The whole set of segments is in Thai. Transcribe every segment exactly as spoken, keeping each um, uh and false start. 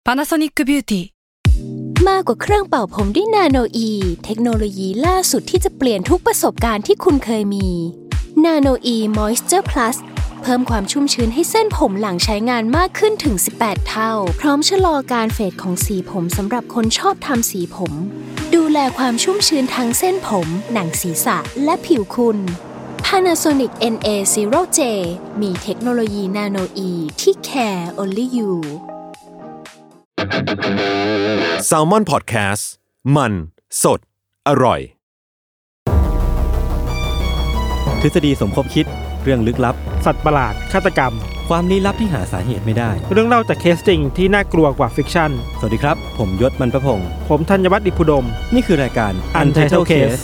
Panasonic Beauty มากกว่าเครื่องเป่าผมด้วยนาโนอีเทคโนโลยีล่าสุดที่จะเปลี่ยนทุกประสบการณ์ที่คุณเคยมีนาโนอีมอยส์เจอร์พลัสเพิ่มความชุ่มชื้นให้เส้นผมหลังใช้งานมากขึ้นถึงสิบแปดเท่าพร้อมชะลอการเฟดของสีผมสำหรับคนชอบทำสีผมดูแลความชุ่มชื้นทั้งเส้นผมหนังศีรษะและผิวคุณ Panasonic เอ็น เอ ศูนย์ เจ มีเทคโนโลยีนาโนอีที่ care only you Salmon Podcast มันสดอร่อยทฤษฎีสมคบคิดเรื่องลึกลับสัตว์ประหลาดฆาตกรรมความลี้ลับที่หาสาเหตุไม่ได้เรื่องเล่าจากเคสจริงที่น่ากลัวกว่าฟิกชั่นสวัสดีครับผมยศมันประพงษ์ผมธัญวัฒน์อิพุดมนี่คือรายการ Untitled Case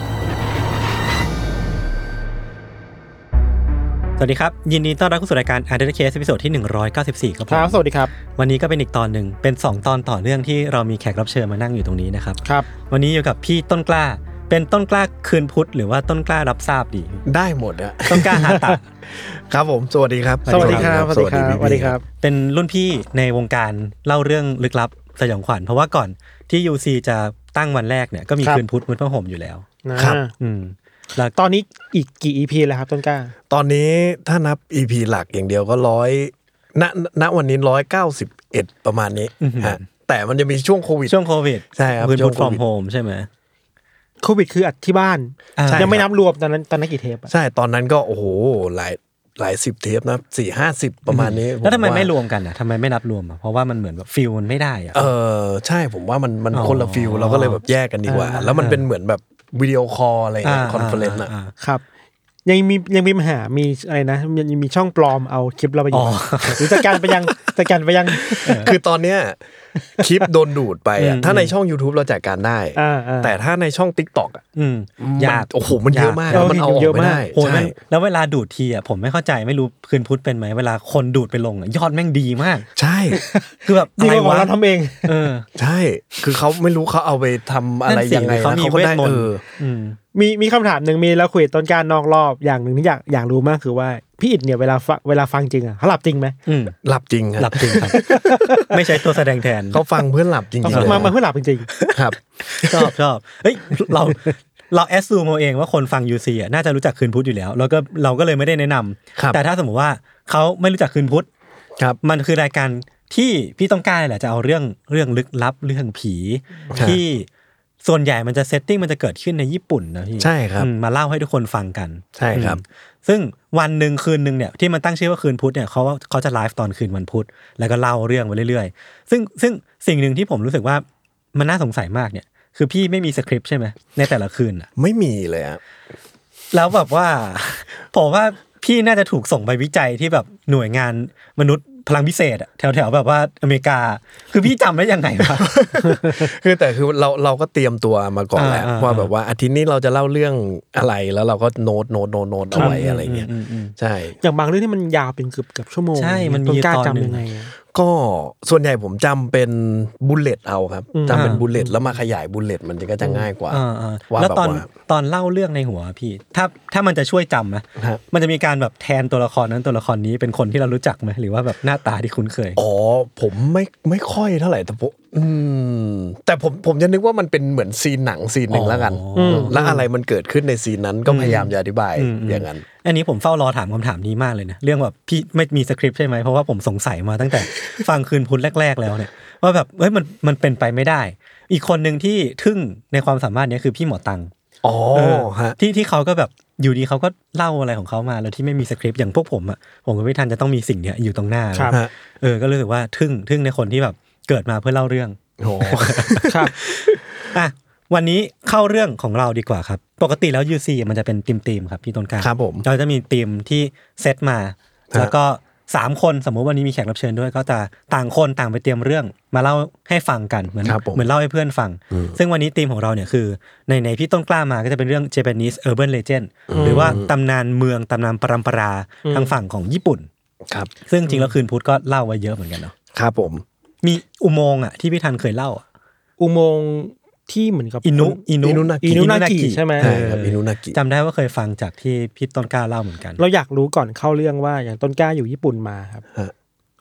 สวัสดีครับยินดีต้อนรับเข้าสู่รายการ Untitled Case ตอนที่หนึ่งร้อยเก้าสิบสี่ครับผมครับสวัสดีครับวันนี้ก็เป็นอีกตอนนึงเป็นสองตอนต่อเนื่องที่เรามีแขกรับเชิญมานั่งอยู่ตรงนี้นะครับครับวันนี้อยู่กับพี่ต้นกล้าเป็นต้นกล้าคืนพุธหรือว่าต้นกล้ารับทราบดีได้หมดอะต้นกล้าหาตะครับผมสวัสดีครับสวัสดีครับสวัสดีครับสวัสดีครับเป็นรุ่นพี่ในวงการเล่าเรื่องลึกลับสยองขวัญเพราะว่าก่อนที่ ยู ซี จะตั้งวันแรกเนี่ยก็มีคืนพุธมืดผ้าห่มอยู่แล้วครับอืมแล้วตอนนี้อีกกี่ อี พี แล้วครับต้นกล้าตอนนี้ถ้านับ อี พี หลักอย่างเดียวก็ร้อยณณวันนี้หนึ่งร้อยเก้าสิบเอ็ดประมาณนี้ฮะแต่มันจะมีช่วงโควิดช่วงโควิดใช่ครับคืนพุธ from home ใช่มั้ยโควิดคืออัดที่บ้านยังไม่นับรวมตอนนั้นตอนนั้นกี่เทปอ่ะใช่ตอนนั้นก็โอ้โหหลายหลายสิบเทปนะ สี่ห้าสิบ ประมาณนี้แล้วทำไมไม่รวมกันอ่ะทำไมไม่นับรวมอ่ะเพราะว่ามันเหมือนแบบฟีลมันไม่ได้อ่ะเออใช่ผมว่ามันมันคนละฟีลเราก็เลยแบบแยกกันดีกว่าแล้วมันเป็นเหมือนแบบวิดีโอคอลอะไรอย่างคอนเฟอเรนซ์อ่ะครับยังมียังมีปัญหามีอะไรนะยังมีช่องปลอมเอาคลิปเราไปอยู่หรือจัดการไปยังจัดการไปยังคือตอนเนี้ยคลิปโดนดูดไปอ่ะถ้าในช่อง YouTube เราจัดการได้แต่ถ้าในช่อง TikTok อ่ะยากโอ้โหมันเยอะมากมันเอาออกไม่ได้ใช่แล้วเวลาดูดทีอ่ะผมไม่เข้าใจไม่รู้คืนพุธเป็นไหมเวลาคนดูดไปลงยอดแม่งดีมากใช่คือแบบอะไรวะเราทำเองเออใช่คือเขาไม่รู้เขาเอาไปทำอะไรยังไงเขาก็ได้เออมีมีคำถามหนึ่งมีแล้วคุยต้นการนอกรอบอย่างหนึ่งที่อยากอยากรู้มากคือว่าพี่อิฐเนี่ยเวลาเวลาฟังจริงอ่ะเขาหลับจริงไหมหลับจริงครับหลับจริงครับไม่ใช่ตัวแสดงแทนเขาฟังเพื่อนหลับจริงๆมามาเพื่อนหลับจริงๆครับชอบชอบเฮ้ยเราเราแอสซูมเอาเองว่าคนฟัง ยู ซี อ่ะน่าจะรู้จักคืนพุธอยู่แล้วแล้วก็เราก็เลยไม่ได้แนะนำแต่ถ้าสมมติว่าเขาไม่รู้จักคืนพุธมันคือรายการที่พี่ต้องการแหละจะเอาเรื่องเรื่องลึกลับเรื่องผีที่ส่วนใหญ่มันจะเซตติ้งมันจะเกิดขึ้นในญี่ปุ่นนะพี่ใช่ครับมาเล่าให้ทุกคนฟังกันใช่ครับซึ่งวันนึงคืนนึงเนี่ยที่มันตั้งชื่อว่าคืนพุธเนี่ยเขาเขาจะไลฟ์ตอนคืนวันพุธแล้วก็เล่าเรื่องไปเรื่อยๆซึ่งซึ่งสิ่งนึงที่ผมรู้สึกว่ามันน่าสงสัยมากเนี่ยคือพี่ไม่มีสคริปต์ใช่ไหมในแต่ละคืนอ่ะไม่มีเลยอ่ะแล้วแบบว่าผมว่าพี่น่าจะถูกส่งไปวิจัยที่แบบหน่วยงานมนุษย์พลังพิเศษอะแถวๆแบบว่าอเมริกาคือพี่จำได้ยังไงวะคือแต่คือเราเราก็เตรียมตัวมาก่อนแหละว่าแบบว่าอาทิตย์นี้เราจะเล่าเรื่องอะไรแล้วเราก็โน้ตโน้ตโน้ตโน้ตเอาไว้อะไรเงี้ยใช่อย่างบางเรื่องที่มันยาวเป็นเกือบเกือบชั่วโมงใช่มันมีตอนนึงก็ส่วนใหญ่ผมจำเป็นบุลเลตเอาครับจำเป็นบุลเลตแล้วมาขยายบุลเลตมันก็จะง่ายกว่าแล้วตอนตอนเล่าเรื่องในหัวพี่ถ้าถ้ามันจะช่วยจำนะมันจะมีการแบบแทนตัวละครนั้นตัวละครนี้เป็นคนที่เรารู้จักไหมหรือว่าแบบหน้าตาที่คุ้นเคยอ๋อผมไม่ไม่ค่อยเท่าไหร่แต่ผมอืมแต่ผมผมจะนึกว่ามันเป็นเหมือนซีนหนังซีนหนึ่งแล้วกันแล้วอะไรมันเกิดขึ้นในซีนนั้นก็พยายามจะอธิบายอย่างนั้นอันนี้ผมเฝ้ารอถามคำถามนี้มากเลยนะเรื่องแบบพี่ไม่มีสคริปต์ใช่ไหมเพราะว่าผมสงสัยมาตั้งแต่ ฟังคืนพุธแรกๆแล้วเนี่ยว่าแบบเอ้ยมันมันเป็นไปไม่ได้อีกคนนึงที่ทึ่งในความสามารถนี้คือพี่หมอตังอ๋อฮะที่ที่เขาก็แบบอยู่ดีเขาก็เล่าอะไรของเขามาแล้วที่ไม่มีสคริปต์อย่างพวกผมอ่ะผมก็ไม่ทันจะต้องมีสิ่งเนี้ยอยู่ตรงหน้าเออก็รู้สึกว่าทึ่งทึ่งในคนที่แบบเกิดมาเพื่อเล่าเรื่องโอ้ครับอ่ะวันนี้เข้าเรื่องของเราดีกว่าครับปกติแล้ว ยู ซี มันจะเป็นทีมๆครับพี่ต้นกล้าครับผมเราจะมีทีมที่เซตมาแล้วก็สามคนสมมุติวันนี้มีแขกรับเชิญด้วยก็จะต่างคนต่างไปเตรียมเรื่องมาเล่าให้ฟังกันเหมือนเหมือนเล่าให้เพื่อนฟังซึ่งวันนี้ทีมของเราเนี่ยคือในในพี่ต้นกล้ามาก็จะเป็นเรื่อง Japanese Urban Legend หรือว่าตำนานเมืองตำนานปรัมปราทางฝั่งของญี่ปุ่นครับซึ่งจริงแล้วคืนพุธก็เล่าไว้เยอะเหมือนกันเนาะครับผมมีอุโมงค์อ่ะที่พี่ทันเคยเล่าอ่ะอุโมงค์ที่เหมือนกับอินุอินุอินุนากิใช่ไหมใช่ครับอินุนากิจำได้ว่าเคยฟังจากที่พี่ต้นกล้าเล่าเหมือนกันเราอยากรู้ก่อนเข้าเรื่องว่าอย่างต้นกล้าอยู่ญี่ปุ่นมาครับ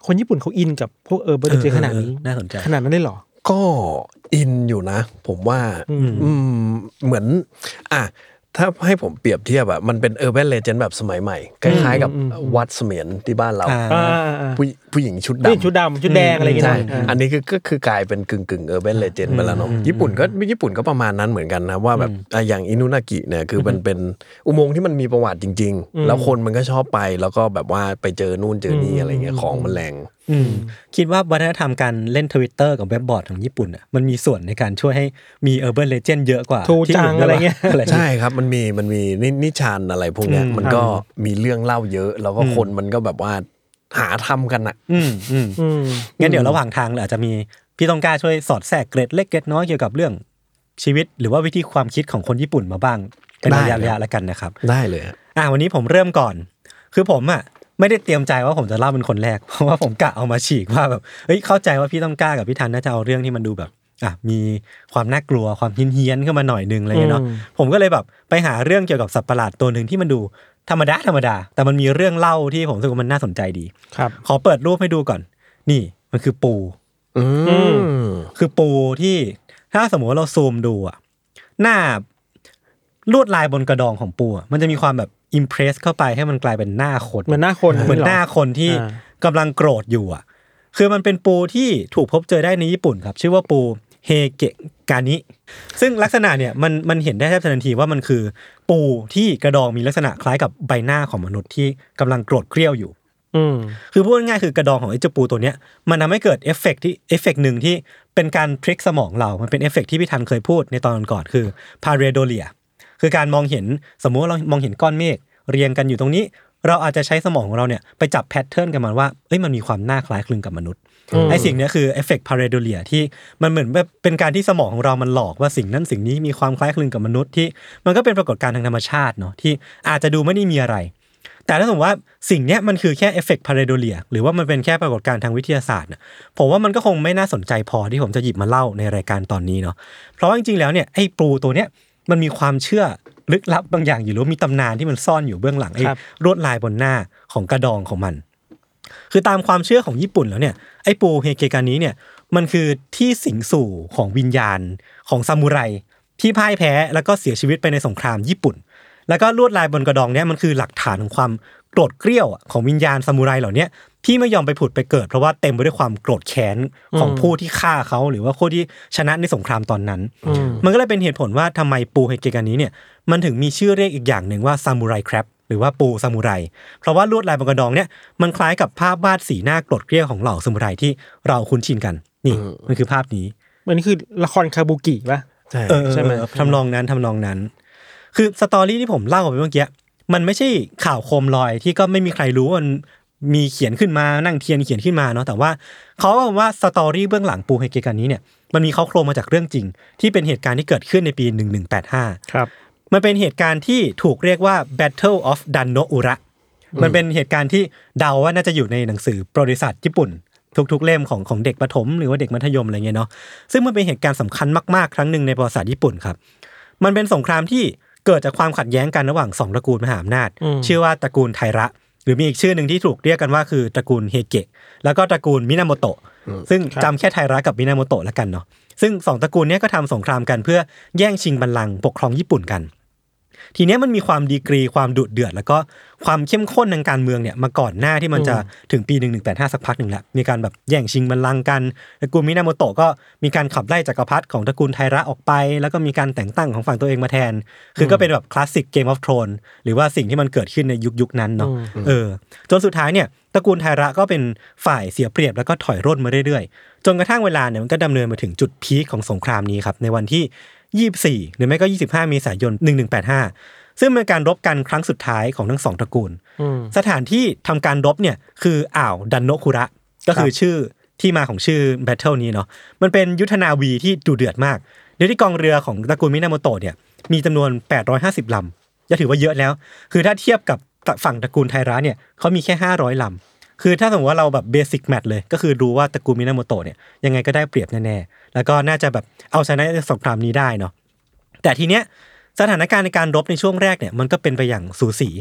คนญี่ปุ่นเขาอินกับพวกเออร์เบิร์นเลเจนด์ขนาดนี้น่าสนใจขนาดนั้นได้หรอก็อินอยู่นะผมว่าอืมเหมือนอ่ะถ้าให้ผมเปรียบเทียบอ่ะมันเป็น Urban Legend แบบสมัยใหม่คล้ายๆกับวัดเสมียนที่บ้านเราผู้ผู้หญิงชุดดำชุดดำชุดแดงอะไรอย่างเงี้ยอันนี้คือก็คือกลายเป็นกึ่งๆ Urban Legend ไปแล้วเนาะญี่ปุ่นก็ญี่ปุ่นก็ประมาณนั้นเหมือนกันนะว่าแบบอย่างอินุนากิเนี่ยคือมันเป็นอุโมงค์ที่มันมีประวัติจริงๆแล้วคนมันก็ชอบไปแล้วก็แบบว่าไปเจอนู่นเจอนี่อะไรเงี้ยของมันแรงคิดว่าวัฒนธรรมการเล่น Twitter กับเว็บบอร์ดของญี่ปุ่นอ่ะมันมีส่วนในการช่วยให้มี Urban Legend เยอะกว่าที่อื่นอะไรเงี้ยใช่ครับมันมีมันมีนิชานอะไรพวกเนี้ยมันก็มีเรื่องเล่าเยอะแล้วก็คนมันก็แบบว่าหาทำกันอ่ะอืมอืมงั้นเดี๋ยวระหว่างทางอาจจะมีพี่ต้องกล้าช่วยสอดแทรกเกร็ดเล็กเกร็ดน้อยเกี่ยวกับเรื่องชีวิตหรือว่าวิธีความคิดของคนญี่ปุ่นมาบ้างเป็นระยะๆแล้วกันนะครับได้เลยอ่ะวันนี้ผมเริ่มก่อนคือผมอ่ะไม่ได้เตรียมใจว่าผมจะเล่าเป็นคนแรกเพราะว่าผมกะเอามาฉีกว่าแบบเฮ้ยเข้าใจว่าพี่ต้องกล้ากับพี่ทันน่าจะเอาเรื่องที่มันดูแบบอ่ะมีความน่ากลัวความเฮี้ยนๆขึ้นมาหน่อยนึงอะไรเงี้ยเนาะผมก็เลยแบบไปหาเรื่องเกี่ยวกับสัตว์ประหลาดตัวนึงที่มันดูธรรมดาธรรมดาแต่มันมีเรื่องเล่าที่ผมรู้สึกว่ามันน่าสนใจดีครับขอเปิดรูปให้ดูก่อนนี่มันคือปูอืมคือปูที่ถ้าสมมติว่าเราซูมดูอ่ะหน้าลวดลายบนกระดองของปูมันจะมีความแบบอิมเพรสเข้าไปให้มันกลายเป็นหน้าคนเหมือนหน้าคนเหมือนหน้าคนที่กำลังโกรธอยู่อ่ะคือมันเป็นปูที่ถูกพบเจอได้ในญี่ปุ่นครับชื่อว่าปูเฮเกะกานิซึ่งลักษณะเนี่ยมันมันเห็นได้แทบทันทีว่ามันคือปูที่กระดองมีลักษณะคล้ายกับใบหน้าของมนุษย์ที่กำลังโกรธเกรี้ยวอยู่คือพูดง่ายๆคือกระดองของไอ้เจ้าปูตัวเนี้ยมันทำให้เกิดเอฟเฟกต์ที่เอฟเฟกต์นึงที่เป็นการทริกสมองเรามันเป็นเอฟเฟกต์ที่พี่ทันเคยพูดในตอนก่อนคือพาเรโดเลียคือการมองเห็นสมมุติว่าเรามองเห็นก้อนเมฆเรียงกันอยู่ตรงนี้เราอาจจะใช้สมองของเราเนี่ยไปจับแพทเทิร์นกันมาว่าเอ้ยมันมีความน่าคล้ายคลึงกับมนุษย์ไอ้สิ่งนี้คือเอฟเฟกต์พาเรโดเลียที่มันเหมือนแบบเป็นการที่สมองของเรามันหลอกว่าสิ่งนั้นสิ่งนี้มีความคล้ายคลึงกับมนุษย์ที่มันก็เป็นปรากฏการณ์ทางธรรมชาติเนาะที่อาจจะดูไม่ได้มีอะไรแต่ถ้าสมมติว่าสิ่งนี้มันคือแค่เอฟเฟกต์พาเรโดเลียหรือว่ามันเป็นแค่ปรากฏการณ์ทางวิทยาศาสตร์ผมว่ามันก็คงไม่น่าสนใจพอที่ผมจะหยิบมาเล่าในรายการตอนนี้เนาะเพราะว่าจริงๆแล้วเนี่ยไอ้ปูตัวเนี้ยมันมีความเชื่อลึกลับบางอย่างอยู่หรือมีตำนานที่มันซ่อนอยู่เบื้องหลังไอ้ลวดลายบนหน้าของกระดองของมันคือตามความเชื่อของญี่ปุ่นแล้วเนี่ยไอ้ปูเฮเกกานิเนี่ยมันคือที่สิงสู่ของวิญญาณของซามูไรที่พ่ายแพ้แล้วก็เสียชีวิตไปในสงครามญี่ปุ่นแล้วก็ลวดลายบนกระดองเนี่ยมันคือหลักฐานของความโกรธเกรี้ยวของวิญญาณซามูไรเหล่านี้ที่ไม่ยอมไปผุดไปเกิดเพราะว่าเต็มไปด้วยความโกรธแค้นของผู้ที่ฆ่าเขาหรือว่าผู้ที่ชนะในสงครามตอนนั้นมันก็เลยเป็นเหตุผลว่าทำไมปูเฮเกกานิเนี่ยมันถึงมีชื่อเรียกอีกอย่างหนึ่งว่าซามูไรแครบหรือว่าปูซามูไรเพราะว่าลวดลายบนกระดองเนี่ยมันคล้ายกับภาพวาดสีหน้าโกรธเกรี้ยวของเหล่าซามูไรที่เราคุ้นชินกันนี่มันคือภาพนี้มันคือละครคาบุกิป่ะใช่ใช่ไหมทำนองนั้นทำนองนั้นคือสตอรี่ที่ผมเล่าไปเมื่อกี้มันไม่ใช่ข่าวโคมลอยที่ก็ไม่มีใครรู้ว่ามันมีเขียนขึ้นมานั่งเทียนเขียนขึ้นมาเนาะแต่ว่าเขาบอกว่าสตอรี่เบื้องหลังปูเฮเกกานิเนี่ยมันมีเค้าโครงมาจากเรื่องจริงที่เป็นเหตุการณ์ที่เกิดขึ้นในปีหนึ่งพันหนึ่งร้อยแปดสิบห้าครับมันเป็นเหตุการณ์ที่ถูกเรียกว่า Battle of Dannoura มันเป็นเหตุการณ์ที่เดาว่าน่าจะอยู่ในหนังสือประวัติศาสตร์ญี่ปุ่นทุกๆเล่มของของเด็กประถมหรือว่าเด็กมัธยมอะไรเงี้ยเนาะซึ่งมันเป็นเหตุการณ์สำคัญมากๆครั้งนึงในประวัติศาสตร์ญี่ปุ่นครับมันเป็นสงครามที่เกิดจากความขัดแย้งกันระหว่างสองตระกูลมหาอำนาจชื่อว่าตระกูลไทระหรือมีอีกชื่อหนึ่งที่ถูกเรียกกันว่าคือตระกูลเฮเกะแล้วก็ตระกูลมินาโมโตะซึ่งจำแค่ไทระกับมินาโมโตะแล้วกันเนาะซึ่งสองตระกูลนี้ก็ทำสงครามกันเพื่อแย่งชิงบัลลังก์ปกครองญี่ปุ่นกันทีนี้มันมีความดีกรีความดุเดือดแล้วก็ความเข้มข้นทางการเมืองเนี่ยมาก่อนหน้าที่มันจะถึงปีหนึ่งพันหนึ่งร้อยแปดสิบห้าสักพักนึงแล้วมีการแบบแย่งชิงบัลลังก์กันตระกูลมินาโมโตะก็มีการขับไล่จักรพรรดิของตระกูลไทระออกไปแล้วก็มีการแต่งตั้งของฝั่งตัวเองมาแทนคือก็เป็นแบบคลาสสิกเกมออฟโทรนหรือว่าสิ่งที่มันเกิดขึ้นในยุคยุคนั้นเนาะเออจนสุดท้ายเนี่ยตระกูลไทระก็เป็นฝ่ายเสียเปรียบแล้วก็ถอยร่นมาเรื่อยๆจนกระทั่งเวลาเนี่ยมันก็ดำเนินมาถึงจุดพีคของสงครามนี้ครับในวันที่ยี่สิบสี่หรือไม่ก็ยี่สิบห้าเมษายนหนึ่งพันหนึ่งร้อยแปดสิบห้าซึ่งเป็นการรบกันครั้งสุดท้ายของทั้งสองตระกูลสถานที่ทำการรบเนี่ยคืออ่าวดันโนคุระก็คือชื่อที่มาของชื่อแบทเทิลนี้เนาะมันเป็นยุทธนาวีที่ดุเดือดมากโดยที่กองเรือของตระกูลมินาโมโตะเนี่ยมีจำนวนแปดร้อยห้าสิบลำจะถือว่าเยอะแล้วคือถ้าเทียบกับฝั่งตระกูลไทระเนี่ยเขามีแค่ห้าร้อยลำคือถ้าสมมติว่าเราแบบเบสิกแมทเลยก็คือรู้ว่าตระกูลมินาโมโตะเนี่ยยังไงก็ได้เปรียบแน่ๆแล้วก็น่าจะแบบเอาชนะในสงครามนี้ได้เนาะแต่ทีเนี้ยสถานการณ์ในการรบในช่วงแรกเนี่ยมันก็เป็นไปอย่างสูสี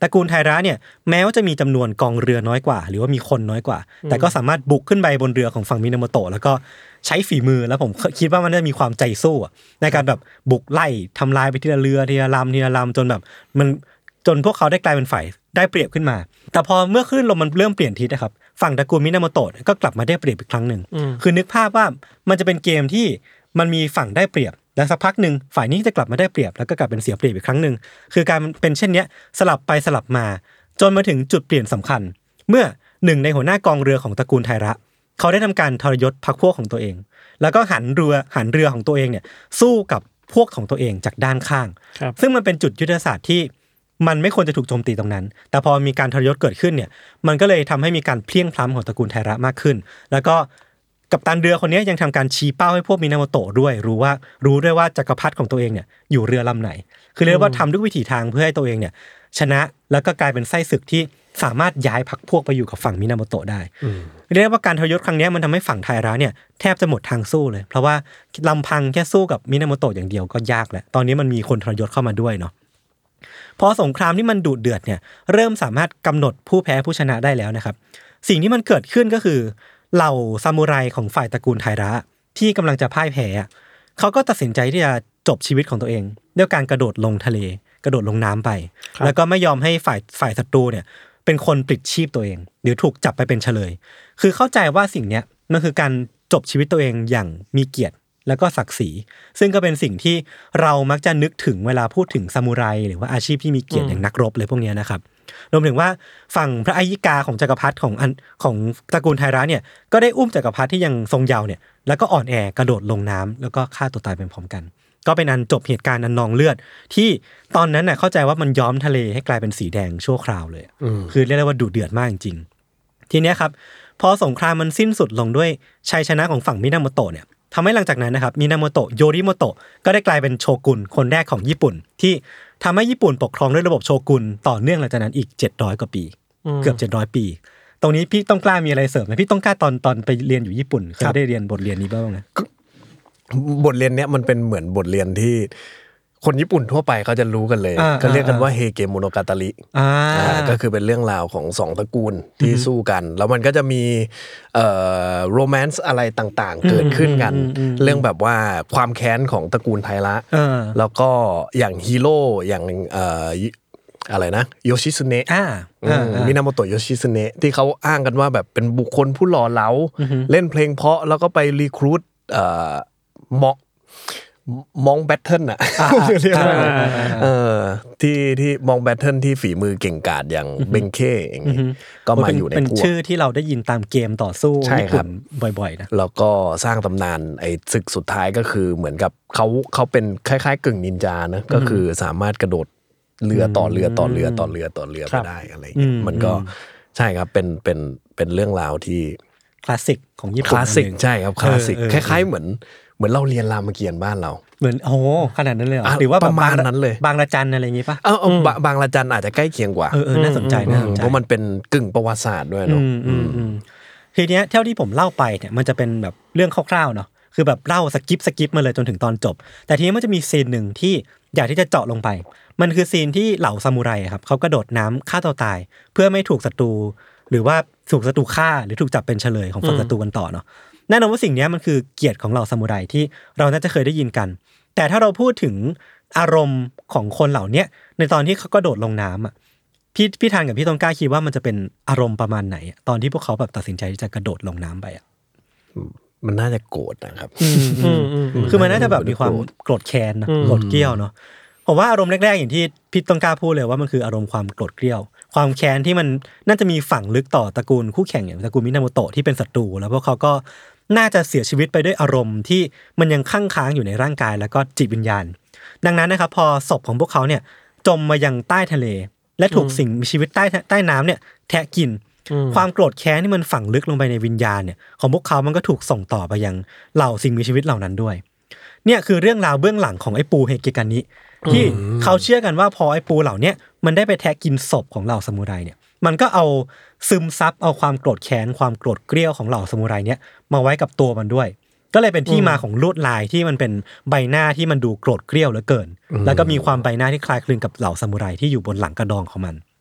ตระกูลไทระเนี่ยแม้ว่าจะมีจำนวนกองเรือน้อยกว่าหรือว่ามีคนน้อยกว่าแต่ก็สามารถบุกขึ้นไปบนเรือของฝั่งมินาโมโตะแล้วก็ใช้ฝีมือแล้วผมคิดว่ามันจะมีความใจสู้ในการแบบบุกไล่ทำลายไปทีละเรือทีละลำทีละลำจนแบบมันจนพวกเขาได้กลายเป็นฝ่ายได้เปรียบขึ้นมาแต่พอเมื่อคลื่นลมมันเริ่มเปลี่ยนทิศนะครับฝั่งตระกูลมินาโมโตะก็กลับมาได้เปรียบอีกครั้งนึงคือนึกภาพว่ามันจะเป็นเกมที่มันมีฝั่งได้เปรียบแล้วสักพักนึงฝ่ายนี้จะกลับมาได้เปรียบแล้วก็กลับเป็นเสียเปรียบอีกครั้งนึงคือการเป็นเช่นนี้สลับไปสลับมาจนมาถึงจุดเปลี่ยนสำคัญเมื่อหนึ่งในหัวหน้ากองเรือของตระกูลไทระเขาได้ทำการทรยศพรรคพวกของตัวเองแล้วก็หันเรือหันเรือของตัวเองเนี่ยสู้กับพวกของตัวเองจากด้านข้างซึ่งมันเป็นจุดยุทธศาสตร์ที่มันไม่ควรจะถูกโจมตีตรงนั้นแต่พอมีการทรยศเกิดขึ้นเนี่ยมันก็เลยทำให้มีการเพลี้ยงพล้ำของตระกูลไทระมากขึ้นแล้วก็กัปตันเรือคนนี้ยังทำการชี้เป้าให้พวกมินาโมโตะด้วยรู้ว่ารู้ด้วยว่าจักรพรรดิของตัวเองเนี่ยอยู่เรือลำไหนคือเรียกว่าทำด้วยวิถีทางเพื่อให้ตัวเองเนี่ยชนะแล้วก็กลายเป็นไส้ศึกที่สามารถย้ายพรรคพวกไปอยู่กับฝั่งมินาโมโตะได้เรียกว่าการทรยศครั้งนี้มันทำให้ฝั่งไทระเนี่ยแทบจะหมดทางสู้เลยเพราะว่าลำพังแค่สู้กับมินาโมโตะอย่างเดียวก็ยากแล้วตอนนี้มันมีคนทรยศเข้ามาด้วยเนาะพอสงครามที่มันดุเดือดเนี่ยเริ่มสามารถกำหนดผู้แพ้ผู้ชนะได้แล้วนะครับสิ่งที่มันเกิดขึ้นก็คือเหล่าซามูไรของฝ่ายตระกูลไทระที่กำลังจะพ่ายแพ้เขาก็ตัดสินใจที่จะจบชีวิตของตัวเองด้วยการกระโดดลงทะเลกระโดดลงน้ำไปแล้วก็ไม่ยอมให้ฝ่ายฝ่ายศัตรูเนี่ยเป็นคนปลิดชีพตัวเองหรือถูกจับไปเป็นเฉลยคือเข้าใจว่าสิ่งเนี้ยมันคือการจบชีวิตตัวเองอย่างมีเกียรติแล้วก็ศักดิ์ศรีซึ่งก็เป็นสิ่งที่เรามักจะนึกถึงเวลาพูดถึงซามูไรหรือว่าอาชีพที่มีเกียรติอย่างนักรบเลยพวกนี้นะครับรวมถึงว่าฝั่งพระอัยิกาของจักรพรรดิของของตระกูลไทระเนี่ยก็ได้อุ้มจักรพรรดิที่ยังทรงเยาว์เนี่ยแล้วก็อ่อนแอกระโดดลงน้ำแล้วก็ฆ่าตัวตายเป็นพร้อมกันก็เป็นอันจบเหตุการณ์อันนองเลือดที่ตอนนั้นน่ะเข้าใจว่ามันย้อมทะเลให้กลายเป็นสีแดงชั่วคราวเลยคือเรียกได้ว่าดุเดือดมากจริงๆทีนี้ครับพอสงครามมันสิ้นสุดลงด้วยชัยชนะของฝั่งมินาโมโตะเนี่ยทำให้หลังจากนั้นนะครับมินาโมโตะโยริโมโตะก็ได้กลายเป็นโชกุนคนแรกของญี่ปุ่นที่ทำให้ญี่ปุ่นปกครองด้วยระบบโชกุนต่อเนื่องหลังจากนั้นอีกเจ็ดร้อยกว่าปีเกือบเจ็ดร้อยปีตรงนี้พี่ต้องกล้ามีอะไรเสริมไหมพี่ต้องกล้าตอนตอนไปเรียนอยู่ญี่ปุ่นเคยได้เรียนบทเรียนนี้บ้างไหมบทเรียนเนี้ยมันเป็นเหมือนบทเรียนที่คนญี่ปุ่นทั่วไปเขาจะรู้กันเลยก็เรียกกันว่าเฮเกโมโนกาตาริก็คือเป็นเรื่องราวของสองตระกูลที่สู้กันแล้วมันก็จะมีเอ่อโรแมนซ์อะไรต่างๆเกิดขึ้นกันเรื่องแบบว่าความแค้นของตระกูลไทระแล้วก็อย่างฮีโร่อย่างเอ่ออะไรนะโยชิซุเนะมินาโมโตะโยชิซุเนะที่เขาอ้างกันว่าแบบเป็นบุคคลผู้หล่อเหลาเล่นเพลงเพราะแล้วก็ไปรีครูทเอ่อมอกมองแบทเทิลน่ะเรียกว่าเออที่ที่มองแบทเทิลที่ฝีมือเก่งกาจอย่างเบงเค้อย่างงี้ก็มาอยู่ในพวกเป็นชื่อที่เราได้ยินตามเกมต่อสู้ญี่ปุ่นบ่อยๆนะแล้วก็สร้างตำนานไอ้ศึกสุดท้ายก็คือเหมือนกับเขาเขาเป็นคล้ายๆกึ่งนินจานะก็คือสามารถกระโดดเรือต่อเรือต่อเรือต่อเรือต่อเรือไปได้อะไรอย่างเงี้ยมันก็ใช่ครับเป็นเป็นเป็นเรื่องราวที่คลาสสิกของญี่ปุ่นคลาสสิกใช่ครับคลาสสิกคล้ายๆเหมือนเหมือนเราเรียนรามเกียรติ์บ้านเราเหมือนโอ้ขนาดนั้นเลยเหรอหรือว่าประมาณนั้นเลยบางระจันอะไรอย่างงี้ป่ะเออบางระจันอาจจะใกล้เคียงกว่าเออน่าสนใจนะเพราะมันเป็นกึ่งประวัติศาสตร์ด้วยเนาะทีเนี้ยเท่าที่ผมเล่าไปเนี่ยมันจะเป็นแบบเรื่องคร่าวๆเนาะคือแบบเล่าสกิปสกิปมาเลยจนถึงตอนจบแต่ทีนี้มันจะมีซีนหนึ่งที่อยากที่จะเจาะลงไปมันคือซีนที่เหล่าซามูไรครับเขากระโดดน้ำฆ่าตัวตายเพื่อไม่ถูกศัตรูหรือว่าถูกศัตรูฆ่าหรือถูกจับเป็นเฉลยของฝั่งศัตรูกันต่อเนาะแน่นอนว่าสิ่งนี้มันคือเกียรติของเหล่าซามูไรที่เราน่าจะเคยได้ยินกันแต่ถ้าเราพูดถึงอารมณ์ของคนเหล่านี้ในตอนที่เขากระโดดลงน้ำอ่ะพี่พี่ทานกับพี่ต้องกล้าคิดว่ามันจะเป็นอารมณ์ประมาณไหนตอนที่พวกเขาแบบตัดสินใจที่จะกระโดดลงน้ำไปอ่ะมันน่าจะโกรธนะครับคือมันน่าจะแบบมีความโกรธแค้นนะโกรธเกรี้ยวเนาะผมว่าอารมณ์แรกๆอย่างที่พี่ต้องกล้าพูดเลยว่ามันคืออารมณ์ความโกรธเกรี้ยวความแค้นที่มันน่าจะมีฝังลึกต่อตระกูลคู่แข่งอย่างตระกูลมินาโมโตะที่เป็นศัตรูแล้วพวกเขาก็น่าจะเสียชีวิตไปด้วยอารมณ์ที่มันยังคั่งค้างอยู่ในร่างกายแล้วก็จิตวิญญาณดังนั้นนะครับพอศพของพวกเขาเนี่ยจมมายังใต้ทะเลและถูกสิ่งมีชีวิตใต้ใต้น้ำเนี่ยแทะกินความโกรธแค้นที่มันฝังลึกลงไปในวิญญาณเนี่ยของพวกเขามันก็ถูกส่งต่อไปยังเหล่าสิ่งมีชีวิตเหล่านั้นด้วยเนี่ยคือเรื่องราวเบื้องหลังของไอ้ปูเฮเกกันนี้ที่เขาเชื่อกันว่าพอไอ้ปูเหล่านี้มันได้ไปแทะกินศพของเหล่าซามูไรเนี่ยมันก็เอาซึมซับเอาความโกรธแค้นความโกรธเกรี้ยวของเหล่าซามูไรเนี่ยมาไว้กับตัวมันด้วยก็เลยเป็นที่มาของลวดลายที่มันเป็นใบหน้าที่มันดูโกรธเกรี้ยวเหลือเกินแล้วก็มีความใบหน้าที่คล้ายคลึงกับเหล่าซามูไรที่อยู่บนหลังกระดองของมัน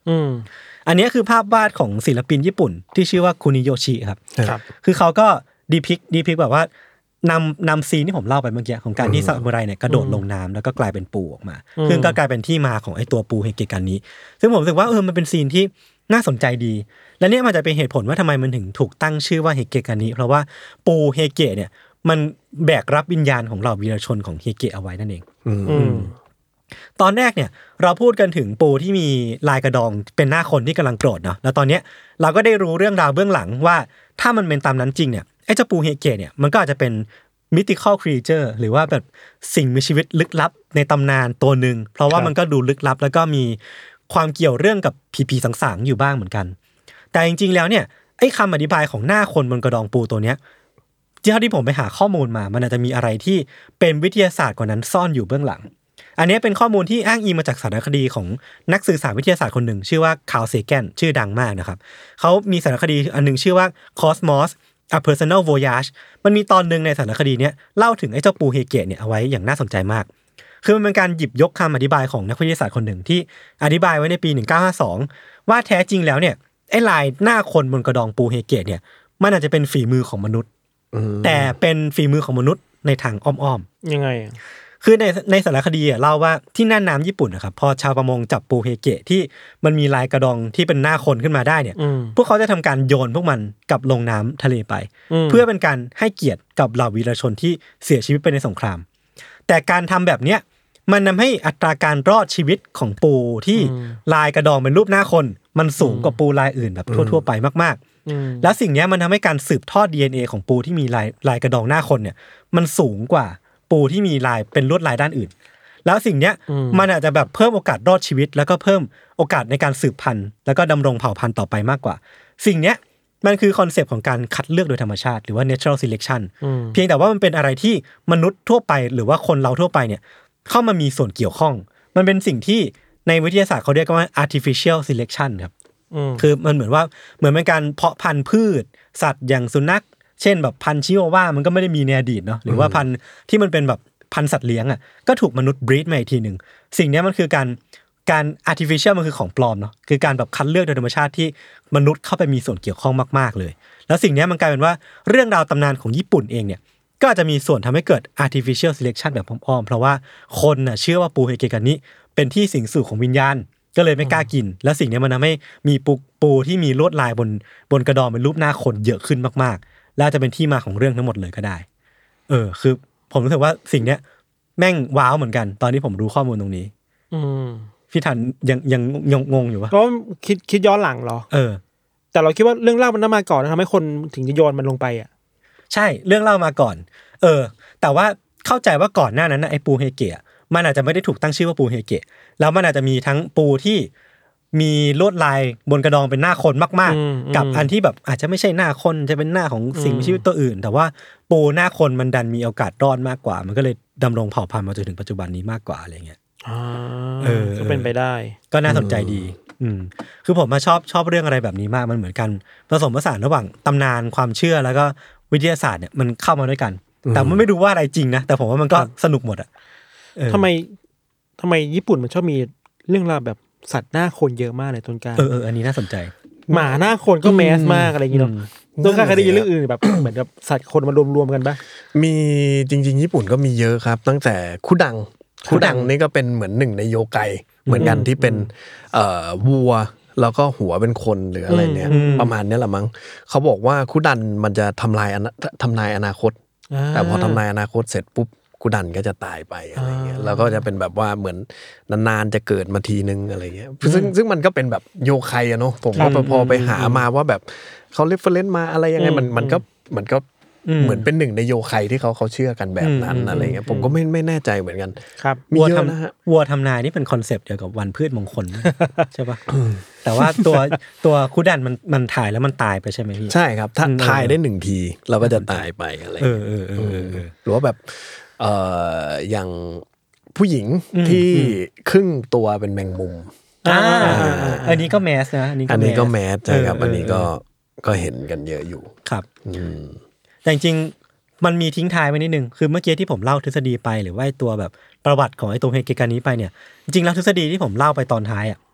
อืมอันนี้คือภาพวาดของศิลปินญี่ปุ่นที่ชื่อว่าคุนิโยชิครับครับคือเขาก็ดีพิกดีพิกแบบว่านำนำซีนที่ผมเล่าไปเมื่อกี้ของการที่ซามูไรเนี่ยกระโดดลงน้ำแล้วก็กลายเป็นปูออกมาซึ่งก็กลายเป็นที่มาของไอ้ตัวปูเฮเกะกันนี้ซึ่งผมรู้สึกว่าเออมันเป็นซีนที่น่าสนใจดีและเนี่ยมันจะเป็นเหตุผลว่าทำไมมันถึงถูกตั้งชื่อว่าเฮเกะกันนี้เพราะว่าปูเฮเกะเนี่ยมันแบกรับวิญญาณของเหล่าวีรชนของเฮเกะเอาไว้นั่นเองตอนแรกเนี่ยเราพูดกันถึงปูที่มีลายกระดองเป็นหน้าคนที่กำลังโกรธเนาะแล้วตอนเนี้ยเราก็ได้รู้เรื่องราวเบื้องหลังว่าถ้ามันเป็นตามนั้นจริงเนี่ยไอ้เจ้าปูเฮเกะเนี่ยมันก็อาจจะเป็น mythical creature หรือว่าแบบสิ่งมีชีวิตลึกลับในตำนานตัวนึงเพราะว่ามันก็ดูลึกลับแล้วก็มีความเกี่ยวเรื่องกับผีๆสางๆอยู่บ้างเหมือนกันแต่จริงๆแล้วเนี่ยไอ้คำอธิบายของหน้าคนบนกระดองปูตัวเนี้ยที่เท่าที่ผมไปหาข้อมูลมามันอาจจะมีอะไรที่เป็นวิทยาศาสตร์กว่านั้นซ่อนอยู่เบื้องหลังอันนี้เป็นข้อมูลที่อ้างอิงมาจากสารคดีของนักสื่อสารวิทยาศาสตร์คนหนึ่งชื่อว่าคาร์ล เซแกนชื่อดังมากนะครับเขามีสารคดีอันนึงชื่อว่า Cosmos A Personal Voyage มันมีตอนนึงในสารคดีเนี้ยเล่าถึงไอ้เจ้าปูเฮเกะเนี่ยเอาไว้อย่างน่าสนใจมากคือมันเป็นการหยิบยกคำอธิบายของนักวิทยาศาสตร์คนหนึ่งที่อธิบายไว้ในปีหนึ่งเก้าห้าสองว่าแท้จริงแล้วเนี่ยไอ้ลายหน้าคนบนกระดองปูเฮเกะเนี่ยมันอาจจะเป็นฝีมือของมนุษย์แต่เป็นฝีมือของมนุษย์ในทางอ้อมๆยังไงคือในในสารคดีอ่ะเล่าว่าที่น่านน้ำญี่ปุ่นนะครับพอชาวประมงจับปูเฮเกะที่มันมีลายกระดองที่เป็นหน้าคนขึ้นมาได้เนี่ยพวกเขาจะทำการโยนพวกมันกลับลงน้ำทะเลไปเพื่อเป็นการให้เกียรติกับเหล่าวีรชนที่เสียชีวิตไปในสงครามแต่การทำแบบเนี้ยมันทำให้อัตราการรอดชีวิตของปูที่ลายกระดองเป็นรูปหน้าคนมันสูงกว่าปูลายอื่นแบบทั่วๆไปมากๆแล้วสิ่งนี้มันทำให้การสืบทอด ดี เอ็น เอ ของปูที่มีลายลายกระดองหน้าคนเนี่ยมันสูงกว่าปูที่มีลายเป็นลวดลายด้านอื่นแล้วสิ่งเนี้ยมันอาจจะแบบเพิ่มโอกาสรอดชีวิตแล้วก็เพิ่มโอกาสในการสืบพันธุ์แล้วก็ดำรงเผ่าพันธุ์ต่อไปมากกว่าสิ่งเนี้ยมันคือคอนเซปต์ของการคัดเลือกโดยธรรมชาติหรือว่า natural selection เพียงแต่ว่ามันเป็นอะไรที่มนุษย์ทั่วไปหรือว่าคนเราทั่วไปเนี่ยเข้ามามีส่วนเกี่ยวข้องมันเป็นสิ่งที่ในวิทยาศาสตร์เขาเรียกว่า artificial selection ครับคือมันเหมือนว่าเหมือนเป็นการเพาะพันธุ์พืชสัตว์อย่างสุนัขเช่นแบบพันธุ์ชิวาว่ามันก็ไม่ได้มีในอดีตเนาะหรือว่าพันธุ์ที่มันเป็นแบบพันธุ์สัตว์เลี้ยงอ่ะก็ถูกมนุษย์บรีดมาอีกทีนึงสิ่งนี้มันคือการการ artificial มันคือของปลอมเนาะคือการแบบคัดเลือกโดยธรรมชาติที่มนุษย์เข้าไปมีส่วนเกี่ยวข้องมากๆเลยแล้วสิ่งนี้มันกลายเป็นว่าเรื่องราวตำนานของญี่ปุ่นเองเนี่ยก็อาจจะมีส่วนทำให้เกิด artificial selection แบบอ้อมๆเพราะว่าคนน่ะเชื่อว่าปูเฮเกะกันนี้เป็นที่สิงสู่ของวิญญาณก็เลยไม่กล้ากินแล้วสิ่งนี้มันทำให้มีปูปูที่มีลวดลายบนบนกระดองเป็นรูปหน้าคนเยอะขึ้นมากๆแล้วจะเป็นที่มาของเรื่องทั้งหมดเลยก็ได้เออคือผมรู้สึกว่าสิ่งเนี้ยแม่งว้าวเหมือนกันตอนที่ผมรู้ข้อมูลตรงนี้อืมพี่ทันยังยังยังงงอยู่ปะก็คิดคิดย้อนหลังเหรอเออแต่เราคิดว่าเรื่องเล่ามันน่ามาก่อนนะทำให้คนถึงจะโยนมันลงไปอ่ะใช่เรื่องเล่ามาก่อนเออแต่ว่าเข้าใจว่าก่อนหน้านั้นนะไอ้ปูเฮเกะมันอาจจะไม่ได้ถูกตั้งชื่อว่าปูเฮเกะแล้วมันอาจจะมีทั้งปูที่มีลวดลายบนกระดองเป็นหน้าคนมากๆกับอันที่แบบอาจจะไม่ใช่หน้าคนจะเป็นหน้าของสิ่งมีชีวิตตัวอื่นแต่ว่าปูหน้าคนมันดันมีโอกาสรอดมากกว่ามันก็เลยดำรงเผ่าพันธุ์มาจนถึงปัจจุบันนี้มากกว่าอะไรเงี้ยเออก็เป็นไปได้ก็น่าสนใจดีอืมคือผมมาชอบชอบเรื่องอะไรแบบนี้มากมันเหมือนกันผสมผสานระหว่างตำนานความเชื่อแล้วก็วิทยาศาสตร์เนี่ยมันเข้ามาด้วยกันแต่มันไม่รู้ว่าอะไรจริงนะแต่ผมว่ามันก็สนุกหมดอ่ะทำไมทำไมญี่ปุ่นมันชอบมีเรื่องราวแบบสัตว์หน้าคนเยอะมากเลยต้นกล้าเออเอออันนี้น่าสนใจหมาหน้าคนก็แมสมากอะไรอย่างเงี้ยเนาะต้นกล้าเคยได้ยินเรื่องอื่นแบบเหมือนกับสัตว์คนมารวมๆกันปะมีจริงๆญี่ปุ่นก็มีเยอะครับตั้งแต่คุดังคุดังนี่ก็เป็นเหมือนหนึ่งในโยไกเหมือนกันที่เป็นเอ่อวัวแล้วก็หัวเป็นคนหรืออะไรเนี่ยประมาณนี้แหละมั้งเขาบอกว่าคุดันมันจะทำลายทำนายอนาคตแต่พอทำนายอนาคตเสร็จปุ๊บคุดันก็จะตายไปอะไรเงี้ยแล้วก็จะเป็นแบบว่าเหมือนนานๆจะเกิดมาทีนึงอะไรเงี้ยซึ่งซึ่งมันก็เป็นแบบโยไคอะเนาะผมก็พอไปหามาว่าแบบเขาเรฟเฟอเรนซ์มาอะไรยังไงมันมันก็มันก็เหมือนเป็นหนึ่งในโยไคที่เขาเขาเชื่อกันแบบนั้นอะไรเงี้ยผมก็ไม่ไม่แน่ใจเหมือนกันครับมีเยอะนะฮะวัวทำนายนี่เป็นคอนเซปต์เดียวกับวันพืชมงคลใช่ปะแต่ว่าตัวตัวคุดันมันมันถ่ายแล้วมันตายไปใช่ไหมพี่ใช่ครับถ้าถ่ายได้หนึ่งทีเราก็จะตายไปอะไรเงี้ยหรือว่าแบบเอ่ออย่างผู้หญิงที่ครึ่งตัวเป็นแมงมุมอ่าอันนี้ก็แมสนะอันนี้อันนี้ก็แมสใช่ครับอันนี้ก็ก็เห็นกันเยอะอยู่ครับแต่จริงๆมันมีทิ้งท้ายไว้นิดนึงคือเมื่อกี้ที่ผมเล่าทฤษฎีไปหรือว่าตัวแบบประวัติของไอ้ตัวเฮเกะกันนี้ไปเนี่ยจริงๆแล้วทฤษฎีที่ผมเล่าไปตอนท้ายอ่ะ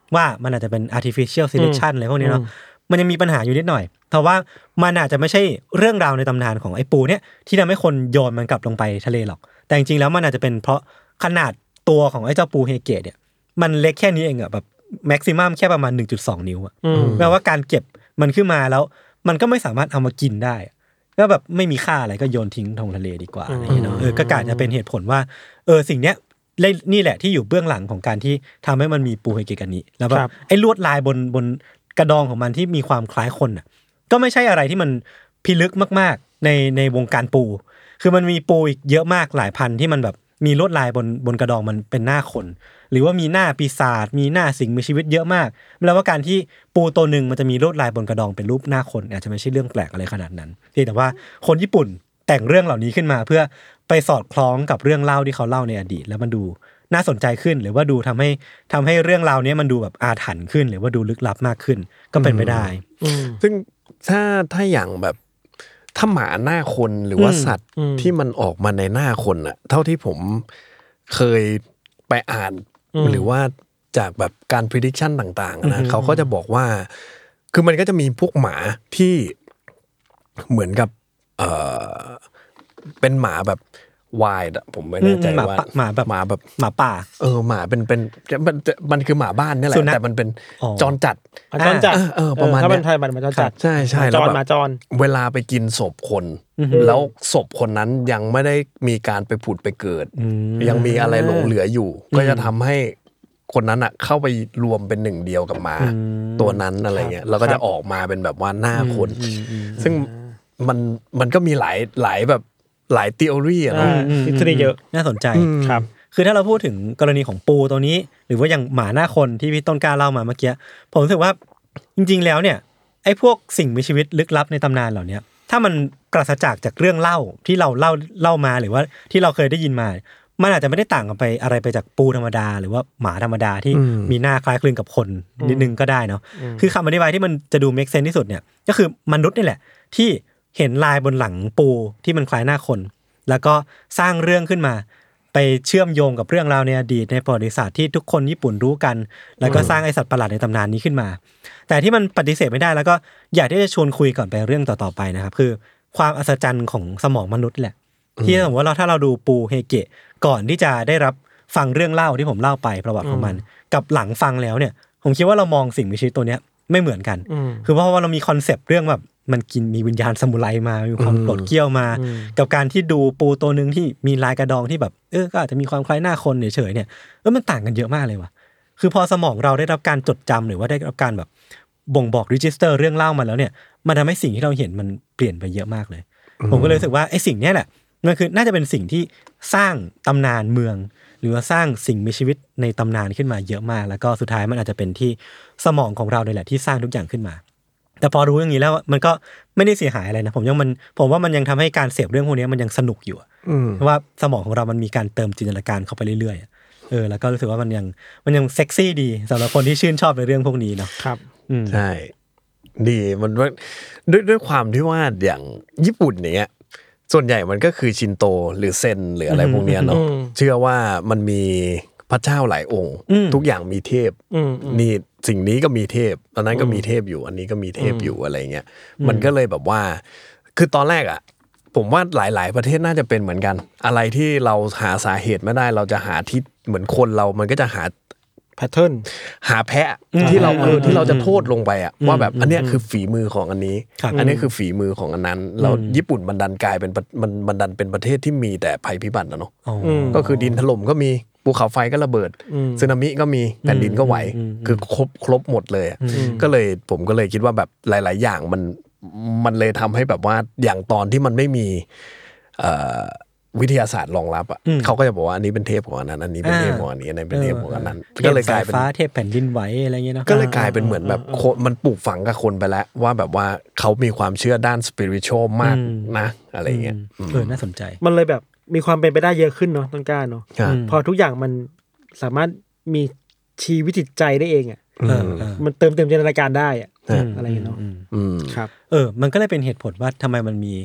ว่ามันอาจจะเป็น artificial selection อะไรพวกนี้เนาะมันยังมีปัญหาอยู่นิดหน่อยเพราะว่ามันอาจจะไม่ใช่เรื่องราวในตำนานของไอ้ปูเนี่ยที่ทำให้คนโยนมันกลับลงไปทะเลหรอกแต่จริงๆแล้วมันอาจจะเป็นเพราะขนาดตัวของไอ้เจ้าปูเฮเกะเนี่ยมันเล็กแค่นี้เองอะแบบแม็กซิมัมแค่ประมาณ หนึ่งจุดสอง นิ้วอะแปลว่าการเก็บมันขึ้นมาแล้วมันก็ไม่สามารถเอามากินได้ก็แบบไม่มีค่าอะไรก็โยนทิ้งลงทะเลดีกว่าอะไรอย่างเงี้ยเนาะเออก็อาจจะเป็นเหตุผลว่าเออสิ่งเนี้ยนี่แหละที่อยู่เบื้องหลังของการที่ทำให้มันมีปูเฮเกะกันนี้แล้วแบบไอ้ลวดลายบนบนกระดองของมันที่มีความคล้ายคนอ่ะก็ไม่ใช่อะไรที่มันพิลึกมากๆในในวงการปูคือมันมีปูอีกเยอะมากหลายพันที่มันแบบมีลวดลายบนบนกระดองมันเป็นหน้าคนหรือว่ามีหน้าปีศาจมีหน้าสิ่งมีชีวิตเยอะมากแปลว่าการที่ปูตัวนึงมันจะมีลวดลายบนกระดองเป็นรูปหน้าคนอาจจะไม่ใช่เรื่องแปลกอะไรขนาดนั้นแต่ว่าคนญี่ปุ่นแต่งเรื่องเหล่านี้ขึ้นมาเพื่อไปสอดคล้องกับเรื่องเล่าที่เขาเล่าในอดีตแล้วมันดูน่าสนใจขึ้นหรือว่าดูทำให้ทำให้เรื่องราวนี้มันดูแบบอาถรรพ์ขึ้นหรือว่าดูลึกลับมากขึ้นก็เป็นไปได้ซึ่งถ้าถ้าอย่างแบบถ้าหมาหน้าคนหรือว่าสัตว์ที่มันออกมาในหน้าคนอะเท่าที่ผมเคยไปอ่านหรือว่าจากแบบการ prediction ต่างๆนะเขาก็จะบอกว่าคือมันก็จะมีพวกหมาที่เหมือนกับเอ่อเป็นหมาแบบวายอ่ะผมไม่แน่ใจว่าหมาแบบหมาแบบหมาป่าเออหมาเป็นเป็นมันมันคือหมาบ้านนี่แหละแต่มันเป็นจรจัดจรจัดเออประมาณนี้ถ้าเป็นไทยมันจรจัดใช่ใช่จรหมาจรเวลาไปกินศพคนแล้วศพคนนั้นยังไม่ได้มีการไปผุดไปเกิดยังมีอะไรหลงเหลืออยู่ก็จะทำให้คนนั้นอ่ะเข้าไปรวมเป็นหนึ่งเดียวกับหมาตัวนั้นอะไรเงี้ยแล้วก็จะออกมาเป็นแบบว่าหน้าคนซึ่งมันมันก็มีหลายหลายแบบหลายทฤษฎีอ่ะเนาะทฤษฎีเยอะน่าสนใจครับคือถ้าเราพูดถึงกรณีของปูตัวนี้หรือว่าอย่างหมาหน้าคนที่พี่ต้นกล้าเล่ามาเมื่อกี้ผมรู้สึกว่าจริงๆแล้วเนี่ยไอ้พวกสิ่งมีชีวิตลึกลับในตำนานเหล่านี้ถ้ามันปราศจากจากเรื่องเล่าที่เราเล่าเล่ามาหรือว่าที่เราเคยได้ยินมามันอาจจะไม่ได้ต่างกันไปอะไรไปจากปูธรรมดาหรือว่าหมาธรรมดาที่มีหน้าคล้ายคลึงกับคนนิดนึงก็ได้เนาะคือคำอธิบายที่มันจะดูเมคเซนส์ที่สุดเนี่ยก็คือมนุษย์นี่แหละที่เห็นลายบนหลังปูที่มันคล้ายหน้าคนแล้วก็สร้างเรื่องขึ้นมาไปเชื่อมโยงกับเรื่องราวในอดีตในประวัติศาสตร์ที่ทุกคนญี่ปุ่นรู้กันแล้วก็สร้างไอสัตว์ประหลาดในตำนานนี้ขึ้นมาแต่ที่มันปฏิเสธไม่ได้แล้วก็อยากที่จะชวนคุยก่อนไปเรื่องต่อๆไปนะครับคือความอัศจรรย์ของสมองมนุษย์แหละที่สมมติว่าเราถ้าเราดูปูเฮเกะก่อนที่จะได้รับฟังเรื่องเล่าที่ผมเล่าไปประวัติของมันกับหลังฟังแล้วเนี่ยผมคิดว่าเรามองสิ่งมีชีวิตตัวเนี้ยไม่เหมือนกันคือเพราะว่าเรามีคอนเซปต์เรื่องแบบมันกินมีวิญญาณซามูไรมามีความโกรธเกรี้ยวมากับการที่ดูปูตัวนึงที่มีลายกระดองที่แบบเออก็อาจจะมีความคล้ายหน้าคนเฉยๆเนี่ยเออมันต่างกันเยอะมากเลยว่ะคือพอสมองเราได้รับการจดจำหรือว่าได้รับการแบบบ่งบอกรีจิสเตอร์เรื่องเล่ามาแล้วเนี่ยมันทำให้สิ่งที่เราเห็นมันเปลี่ยนไปเยอะมากเลยผมก็เลยรู้สึกว่าไอ้สิ่งนี้แหละมันคือน่าจะเป็นสิ่งที่สร้างตำนานเมืองหรือว่าสร้างสิ่งมีชีวิตในตำนานขึ้นมาเยอะมากแล้วก็สุดท้ายมันอาจจะเป็นที่สมองของเราเนี่ยแหละที่สร้างทุกอย่างขึ้นมาแต่พอรู้อย่างนี้แล้วมันก็ไม่ได้เสียหายอะไรนะผมยังมันผมว่ามันยังทำให้การเสพเรื่องพวกนี้มันยังสนุกอยู่เพราะว่าสมองของเรามันมีการเติมจินตนาการเข้าไปเรื่อยๆเออแล้วก็รู้สึกว่ามันยังมันยังเซ็กซี่ดีสำหรับคนที่ชื่นชอบในเรื่องพวกนี้เนาะครับใช่ดีมันว่าด้วยด้วยความที่ว่าอย่างญี่ปุ่นเนี้ยส่วนใหญ่มันก็คือชินโตหรือเซนหรืออะไรพวกเนี้ยเนาะเชื่อว่ามันมีพระเจ้าหลายองค์ทุกอย่างมีเทพนี่สิ่งนี้ก็มีเทพตอนนั้นก็มีเทพอยู่อันนี้ก็มีเทพอยู่อะไรเงี้ยมันก็เลยแบบว่าคือตอนแรกอ่ะผมว่าหลายๆประเทศน่าจะเป็นเหมือนกันอะไรที่เราหาสาเหตุไม่ได้เราจะหาที่เหมือนคนเรามันก็จะหาแพทเทิร์นหาแพะที่เราเออที่เราจะโทษลงไปอ่ะว่าแบบอันเนี้ยคือฝีมือของอันนี้อันนี้คือฝีมือของอันนั้นเราญี่ปุ่นมันดันกลายเป็นมันมันดันเป็นประเทศที่มีแต่ภัยพิบัตินะเนาะก็คือดินถล่มก็มีภูเขาไฟก็ระเบิดสึนามิก็มีแผ่นดินก็ไหวคือครบครบหมดเลยก็เลยผมก็เลยคิดว่าแบบหลายๆอย่างมันมันเลยทำให้แบบว่าอย่างตอนที่มันไม่มีวิทยาศาสตร์รองรับอ่ะเขาก็จะบอกว่าอันนี้เป็นเทพของอันนั้นอันนี้เป็นเทพของอันนี้อันนี้เป็นเทพของอันนั้นก็เลยกลายเป็นฟ้าเทพแผ่นดินไหวอะไรเงี้ยเนาะก็เลยกลายเป็นเหมือนแบบมันปลูกฝังกับคนไปแล้วว่าแบบว่าเขามีความเชื่อด้านสปิริตชัลมากนะอะไรเงี้ยเออน่าสนใจมันเลยแบบมีความเป็นไปได้เยอะขึ้นเนาะต้นกล้าเนาะพอทุกอย่างมันสามารถมีชีวิตจิตใจได้เองอ่ะมันเติมเต็มจินตนาการได้อ่ะอะไรเงี้ยเนาะครับเออมันก็เลยเป็นเหตุผลว่าทำไมมันมี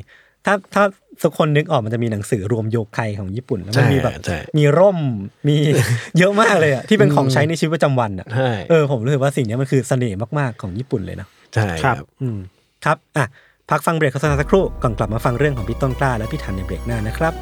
ถ้าถ้าทุกคนนึกออกมันจะมีหนังสือรวมโยไคของญี่ปุ่นแล้วมันมีแบบมีร่มมีเยอะมากเลยอ่ะที่เป็นของใช้ในชีวิตประจำวันอ่ะเออผมรู้สึกว่าสิ่งนี้มันคือเสน่ห์มากๆของญี่ปุ่นเลยนะใช่ครับอืมครับอ่ะพักฟังเบรกโฆษณาสักครู่ก่อนกลับมาฟังเรื่องของพี่ต้นกล้าและพี่ทันในเบรกหน้านะครับ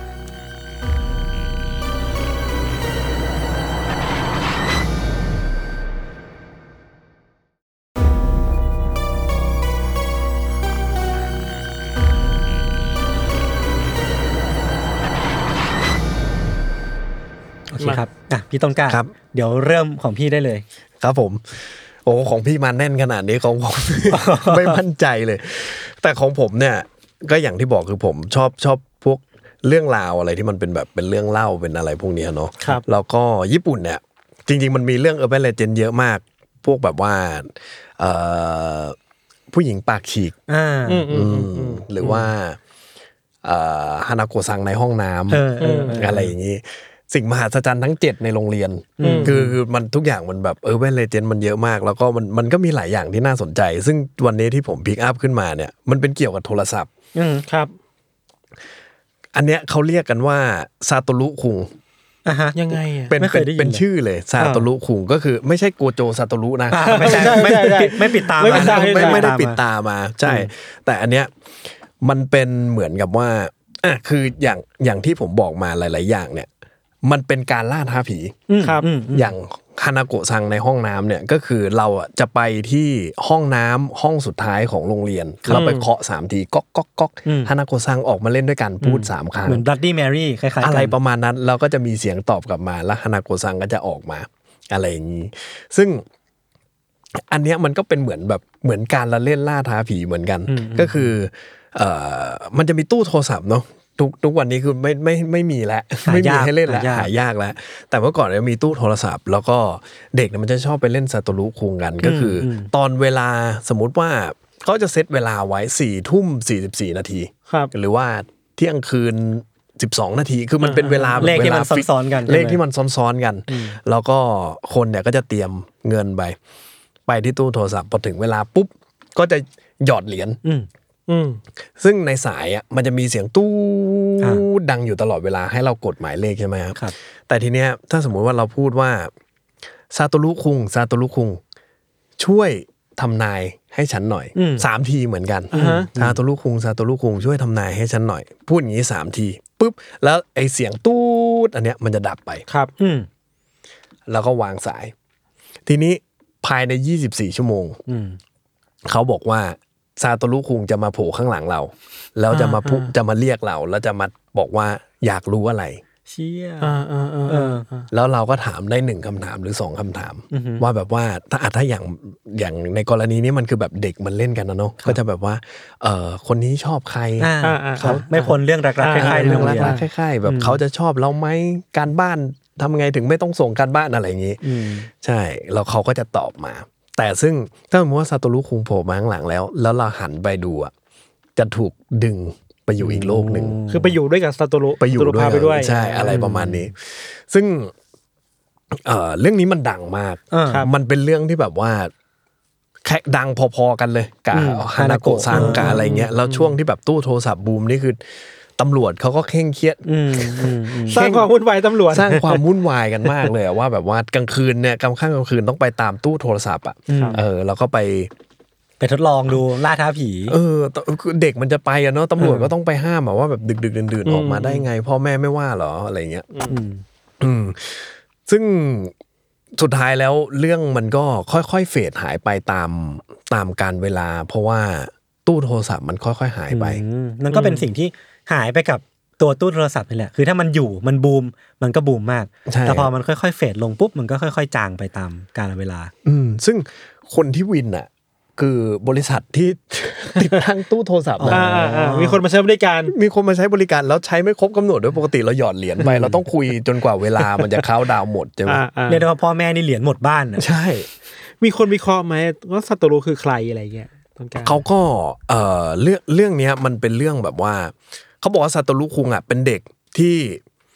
โอเคครับอ่ะพี่ต้นกล้าเดี๋ยวเริ่มของพี่ได้เลยครับผมโอ้ของพี่มาแน่นขนาดนี้ของผม ไม่มั่นใจเลยแต่ของผมเนี่ยก็อย่างที่บอกคือผมชอบชอบพวกเรื่องราวอะไรที่มันเป็นแบบเป็นเรื่องเล่าเป็นอะไรพวกนี้เนาะแล้วก็ญี่ปุ่นเนี่ยจริงๆมันมีเรื่อง Urban Legend เยอะมากพวกแบบว่าเอ่อผู้หญิงปากฉีกอ่าหรือว่าเอ่อฮานาโกะซังในห้องน้ำอะไรอย่างนี้สิ่งมหัศจรรย์ทั้งเจ็ดในโรงเรียนคือคือมันทุกอย่างมันแบบเออเวนเลเจนด์มันเยอะมากแล้วก็มันมันก็มีหลายอย่างที่น่าสนใจซึ่งวันนี้ที่ผมพิกอัพขึ้นมาเนี่ยมันเป็นเกี่ยวกับโทรศัพท์ครับอันเนี้ยเขาเรียกกันว่าซาโตรุคุงอ่ะฮะยังไงอ่ะเป็นเป็นเป็นชื่อเลยซาโตรุคุงก็คือไม่ใช่โกโจซาโตรุนะไม่ใช่ไม่ปิดไม่ปิดตาไม่ไม่ได้ปิดตามาใช่แต่อันเนี้ยมันเป็นเหมือนกับว่าอ่ะคืออย่างอย่างที่ผมบอกมาหลายๆอย่างเนี่ยมันเป็นการล่าท้าผีครับอย่างฮานาโกะซังในห้องน้ำเนี่ยก็คือเราอ่ะจะไปที่ห้องน้ำห้องสุดท้ายของโรงเรียนเราไปเคาะสามทีก๊อกก๊อกก๊อกฮานาโกะซังออกมาเล่นด้วยกันพูดสามครั้งเหมือน Bloody Mary คล้ายๆกันอะไรประมาณนั้นเราก็จะมีเสียงตอบกลับมาแล้วฮานาโกะซังก็จะออกมาอะไรอย่างนี้ซึ่งอันเนี้ยมันก็เป็นเหมือนแบบเหมือนการละเล่นล่าท้าผีเหมือนกันก็คือเอ่อมันจะมีตู้โทรศัพท์เนาะทุกทุกวันนี้คือไม่ไม่ไม่มีแล้วไม่มีให้เล่นแล้วหายากแล้วแต่เมื่อก่อนเนี่ยมีตู้โทรศัพท์แล้วก็เด็กเนี่ยมันจะชอบไปเล่นซาโตรุคุงกันก็คือตอนเวลาสมมุติว่าเขาจะเซตเวลาไว้สี่ทุ่มสี่สิบสี่นาทีหรือว่าเที่ยงคืนสิบสองนาทีคือมันเป็นเวลาเลขที่มันซ้อนๆกันเลขที่มันซ้อนๆกันแล้วก็คนเนี่ยก็จะเตรียมเงินไปไปที่ตู้โทรศัพท์พอถึงเวลาปุ๊บก็จะหยอดเหรียญซึ่งในสายอ่ะมันจะมีเสียงตู้ดังอยู่ตลอดเวลาให้เรากดหมายเลขใช่ไหมครับแต่ทีเนี้ยถ้าสมมุติว่าเราพูดว่าซาโตรุคุงซาโตรุคุงช่วยทำนายให้ฉันหน่อยสามทีเหมือนกันซาโตรุคุงซาโตรุคุงช่วยทำนายให้ฉันหน่อยพูดอย่างนี้สามทีปุ๊บแล้วไอเสียงตู้อันเนี้ยมันจะดับไปครับแล้วก็วางสายทีนี้ภายในยี่สิบสี่ชั่วโมงเขาบอกว่าซาโตรุคุงจะมาโผล่ข้างหลังเราแล้วจะมาพูจะมาเรียกเราแล้วจะมาบอกว่าอยากรู้อะไรเชี่ยแล้วเราก็ถามได้หนึ่งคำถามหรือสองคำถามว่าแบบว่าถ้าถ้าอย่างอย่างในกรณีนี้มันคือแบบเด็กมันเล่นกันนะเนาะก็จะแบบว่าเออคนนี้ชอบใครเขาไม่พ้นเรื่องรักๆคล้ายๆเรื่องรักๆคล้ายๆแบบเขาจะชอบเราไหมการบ้านทำไงถึงไม่ต้องส่งการบ้านอะไรอย่างนี้ใช่แล้วเขาก็จะตอบมาแต่ซึ่งถ้าสมมติว่าซาโตรุคุงโผล่มาข้างหลังแล้วแล้วเราหันไปดูอ่ะจะถูกดึงไปอยู่อีกโลกหนึ่งคือไปอยู่ด้วยกับซาโตรุไปอยู่ด้วยใช่อะไรประมาณนี้ซึ่งเอ่อเรื่องนี้มันดังมากมันเป็นเรื่องที่แบบว่าแค่ดังพอๆกันเลยกับฮานาโกะซังกับอะไรเงี้ยแล้วช่วงที่แบบตู้โทรศัพท์บูมนี่คือตำรวจเขาก็เคร่งเครียดสร้างความวุ่นวายตำรวจสร้างความวุ่นวายกันมากเลยว่าแบบว่ากลางคืนเนี่ยกลางค่ำกลางคืนต้องไปตามตู้โทรศัพท์อ่ะเออแล้วก็ไปไปทดลองดูล่าท้าผีเออเด็กมันจะไปอะเนาะตำรวจก็ต้องไปห้ามว่าแบบดึกๆดื่นๆออกมาได้ไงพ่อแม่ไม่ว่าหรออะไรเงี้ยอืมซึ่งสุดท้ายแล้วเรื่องมันก็ค่อยๆเฟดหายไปตามตามกาลเวลาเพราะว่าตู้โทรศัพท์มันค่อยๆหายไปนั่นก็เป็นสิ่งที่หายไปกับตัวตู้โทรศัพท์นี่แหละคือถ้ามันอยู่มันบูมมันก็บูมมากแต่พอมันค่อยๆเฟดลงปุ๊บมันก็ค่อยๆจางไปตามกาลเวลาอืมซึ่งคนที่วินอ่ะคือบริษัทที่ติดตั้งตู้โทรศัพท์มีคนมาใช้บริการมีคนมาใช้บริการแล้วใช้ไม่ครบกำหนดด้วยปกติเราหยอดเหรียญไปเราต้องคุยจนกว่าเวลามันจะเข้าดาวหมดใช่ไหมเรียกได้ว่าพ่อแม่นี่เหรียญหมดบ้านใช่มีคนวิเคราะห์ไหมว่าซาโตรุคือใครอะไรเงี้ยเขาก็เอ่อเรื่องเรื่องนี้มันเป็นเรื่องแบบว่าเขาบอกว่าซาโตรุคุงอ่ะเป็นเด็กที่โ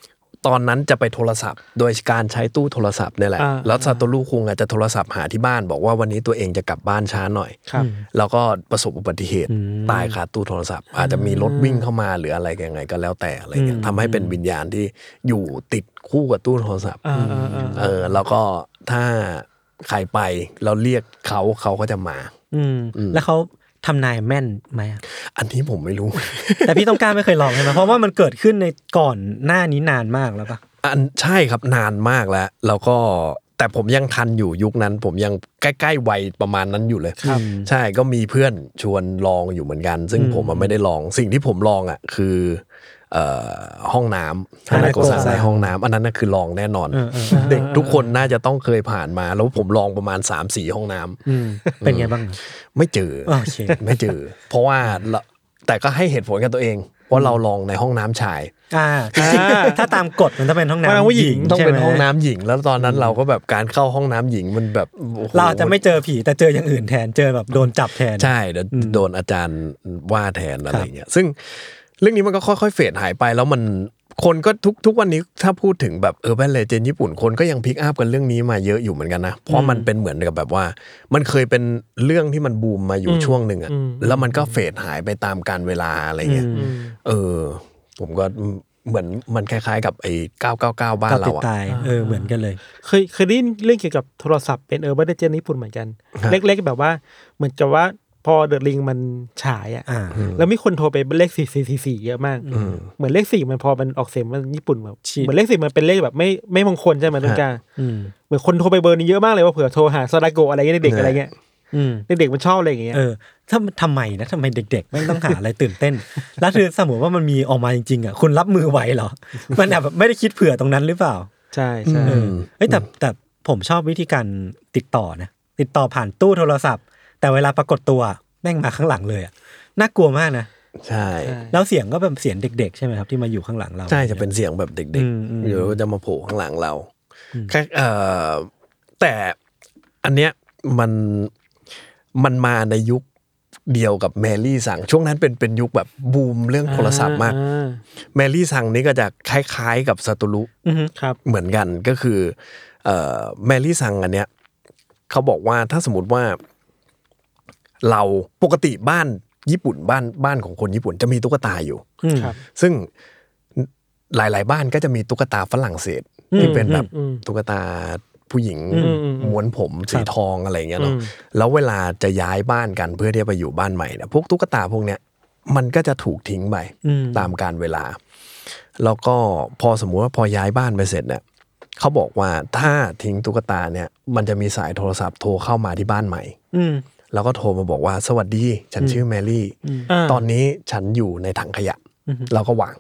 ตอนนั้นจะไปโทรศัพท์โดยการใช้ตู้โทรศัพท์นี่แหละแล้วซาโตรุคุงอาจจะโทรศัพท์หาที่บ้านบอกว่าวันนี้ตัวเองจะกลับบ้านช้าหน่อยแล้วก็ประสบอุบัติเหตุตายคาตู้โทรศัพท์อาจจะมีรถวิ่งเข้ามาหรืออะไรยังไงก็แล้วแต่อะไรเงี้ยทำให้เป็นวิญญาณที่อยู่ติดคู่กับตู้โทรศัพท์เออแล้วก็ถ้าใครไปเราเรียกเขาเขาก็จะมาแล้วเขาทำนายแม่นไหมอันนี้ผมไม่รู้แต่พี่ต้องกล้าไม่เคยลองใช่ไหมเพราะว่ามันเกิดขึ้นในก่อนหน้านี้นานมากแล้วปะอันใช่ครับนานมากแล้วแล้วก็แต่ผมยังทันอยู่ยุคนั้นผมยังใกล้ๆวัยประมาณนั้นอยู่เลยใช่ก็มีเพื่อนชวนลองอยู่เหมือนกันซึ่งผมไม่ได้ลองสิ่งที่ผมลองอ่ะคือเอ่อห้องน้ำฮานาโกะในห้องน้ำอันนั้นน่ะคือลองแน่นอนเด็กทุกคนน่าจะต้องเคยผ่านมาแล้วผมลองประมาณ สามสี่ ห้องน้ำเป็นไงบ้างไม่เจอไม่เจอเพราะว่าแต่ก็ให้เหตุผลกับตัวเองว่าเราลองในห้องน้ำชายอ่าจริงๆถ้าตามกฎมันต้องเป็นห้องน้ำผู้หญิงต้องเป็นห้องน้ำหญิงแล้วตอนนั้นเราก็แบบการเข้าห้องน้ำหญิงมันแบบเราจะไม่เจอผีแต่เจออย่างอื่นแทนเจอแบบโดนจับแทนใช่เดี๋ยวโดนอาจารย์ว่าแทนอะไรเงี้ยซึ่งเรื่องนี้มันก็ค่อยๆเฟดหายไปแล้วมันคนก็ทุกทุกวันนี้ถ้าพูดถึงแบบเออร์แบนเลเจนด์ญี่ปุ่นคนก็ยังพิกอัพกันเรื่องนี้มาเยอะอยู่เหมือนกันนะเพราะมันเป็นเหมือนกับแบบว่ามันเคยเป็นเรื่องที่มันบูมมาอยู่ช่วงหนึ่งอ่ะแล้วมันก็เฟดหายไปตามกาลเวลาอะไรเงี้ยเออผมก็เหมือนมันคล้ายๆกับไอ้เก้าเก้าเก้าบ้านเราอ่ะเออเหมือนกันเลยเคยเคยได้ยินเรื่องเกี่ยวกับโทรศัพท์เป็นเออร์แบนเลเจนด์ญี่ปุ่นเหมือนกันเล็กๆแบบว่าเหมือนกับว่าพอเดอะลิงมันฉายอ่ะแล้วมีคนโทรไปเลขสี่ สี่ สี่ สี่เยอะมากเหมือนเลขสี่มันพอมันออกเสียงมันญี่ปุ่นแบบเหมือนเลขสี่มันเป็นเลขแบบไม่ไม่มงคลใช่ไหมทุกการเหมือนคนโทรไปเบอร์นี้เยอะมากเลยว่าเผื่อโทรหาซาดาโกะอะไรเงี้ยเด็กๆอะไรเงี้ยเด็กๆมันชอบอะไรอย่างเงี้ยเออถ้าทำไมนะทำไมเด็กๆไม่ต้องหาอะไรตื่นเต้นแล้วคือสมมติว่ามันมีออกมาจริงๆอ่ะคุณรับมือไหวเหรอมันแบบไม่ได้คิดเผื่อตรงนั้นหรือเปล่าใช่ใช่เอ้ยแต่แต่ผมชอบวิธีการติดต่อนะติดต่อผ่านตู้โทรศัพท์แต่เวลาปรากฏตัวแม่งมาข้างหลังเลยอ่ะน่ากลัวมากนะใช่แล้วเสียงก็เป็นเสียงเด็กๆใช่ไหมครับที่มาอยู่ข้างหลังเราใช่จะเป็นเสียงแบบเด็กๆหรือว่าจะมาโผล่ข้างหลังเราแค่เอ่อแต่อันเนี้ยมันมันมาในยุคเดียวกับแมรี่สั่งช่วงนั้นเป็นเป็นยุคแบบบูมเรื่องโทรศัพท์มากแมรี่สั่งนี้ก็จะคล้ายๆกับซาโตรุเหมือนกันก็คือเอ่อแมรี่สั่งอันเนี้ยเขาบอกว่าถ้าสมมติว่าเราปกติบ้านญี่ปุ่นบ้านบ้านของคนญี่ปุ่นจะมีตุ๊กตาอยู่ซึ่งหลายๆบ้านก็จะมีตุ๊กตาฝรั่งเศสที่เป็นแบบตุ๊กตาผู้หญิงม้วนผมสีทองอะไรเงี้ยเนาะแล้วเวลาจะย้ายบ้านกันเพื่อที่จะไปอยู่บ้านใหม่เนี่ยพวกตุ๊กตาพวกเนี้ยมันก็จะถูกทิ้งไปตามกาลเวลาแล้วก็พอสมมุติว่าพอย้ายบ้านไปเสร็จเนี่ยเขาบอกว่าถ้าทิ้งตุ๊กตาเนี่ยมันจะมีสายโทรศัพท์โทรเข้ามาที่บ้านใหม่แล้วก็โทรมาบอกว่าสวัสดีฉันชื่อแมรี่ตอนนี้ฉันอยู่ในถังขยะแล้วก็วาง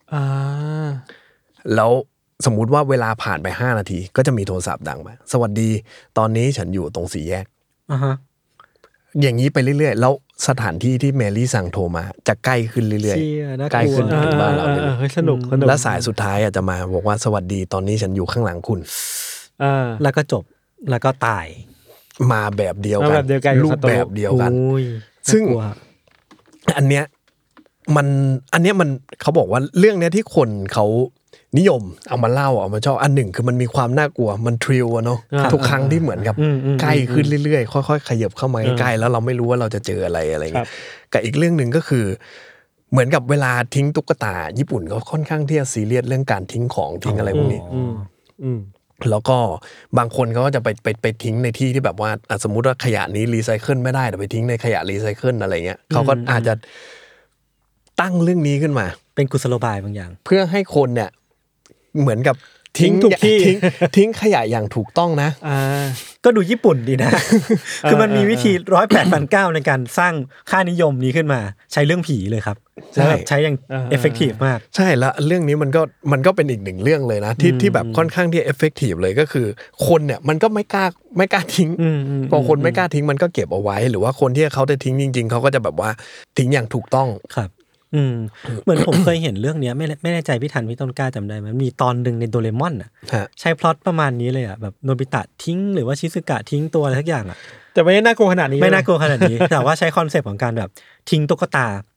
แล้วสมมุติว่าเวลาผ่านไปห้านาทีก็จะมีโทรศัพท์ดังมาสวัสดีตอนนี้ฉันอยู่ตรงสี่แยกอย่างนี้ไปเรื่อยๆแล้วสถานที่ที่แมรี่สั่งโทรมาจะใกล้ขึ้นเรื่อยๆใกล้ขึ้นถึงบ้านเราเลยสนุกสนุกและสายสุดท้ายอาจจะมาบอกว่าสวัสดีตอนนี้ฉันอยู่ข้างหลังคุณแล้วก็จบแล้วก็ตายมาแบบเดียวกันรูปแบบเดียวกันซึ่งอันเนี้ยมันอันเนี้ยมันเขาบอกว่าเรื่องเนี้ยที่คนเขานิยมเอามาเล่าเอามาชอบอันหนึ่งคือมันมีความน่ากลัวมันทริลอะเนาะทุกครั้งที่เหมือนกับใกล้ขึ้นเรื่อยๆค่อยๆขยับเข้ามาใกล้ๆแล้วเราไม่รู้ว่าเราจะเจออะไรอะไรเงี้ยกับอีกเรื่องนึงก็คือเหมือนกับเวลาทิ้งตุ๊กตาญี่ปุ่นเขาค่อนข้างที่จะซีเรียสเรื่องการทิ้งของทิ้งอะไรพวกนี้แล้วก็บางคนเขาก็จะไปไปไปทิ้งในที่ที่แบบว่าสมมุติว่าขยะนี้รีไซเคิลไม่ได้แต่ไปทิ้งในขยะรีไซเคิลอะไรเงี้ยเขาก็อาจจะตั้งเรื่องนี้ขึ้นมาเป็นกุศโลบายบางอย่างเพื่อให้คนเนี่ยเหมือนกับทิ้งถูกที่ทิ้งทิ้งขยะอย่างถูกต้องนะอ่าก็ดูญี่ปุ่นดีนะ คือมันมีวิธีร้อยแปดพันเก้าในการสร้างค่านิยมนี้ขึ้นมาใช้เรื่องผีเลยครับใช่ใช้อย่างเอฟเฟกตีฟมากใช่แล้วเรื่องนี้มันก็มันก็เป็นอีกหนึ่งเรื่องเลยนะที่ที่แบบค่อนข้างที่เอฟเฟกตีฟเลยก็คือคนเนี่ยมันก็ไม่กล้าไม่กล้าทิ้งพอคนไม่กล้าทิ้งมันก็เก็บเอาไว้หรือว่าคนที่เขาจะทิ้งจริงๆเขาก็จะแบบว่าทิ้งอย่างถูกต้องครับอืมเหมือนผมเคยเห็นเรื่องนี้ไม่ไม่แน่ใจพี่ทันพี่ต้นกล้าจำได้ไหมมีตอนหนึ่งในโดเรมอนอ่ะใช้พล็อตประมาณนี้เลยอ่ะแบบโนบิตะทิ้งหรือว่าชิซึกะทิ้งตัวอะไรทักอย่างอ่ะแต่ไม่ได้น่ากลัวขนาดนี้ไม่น่ากลัวขนาดนี้แต่ว่าใช้คอนเซปต์ของการแบบทิ้งตุ๊กตา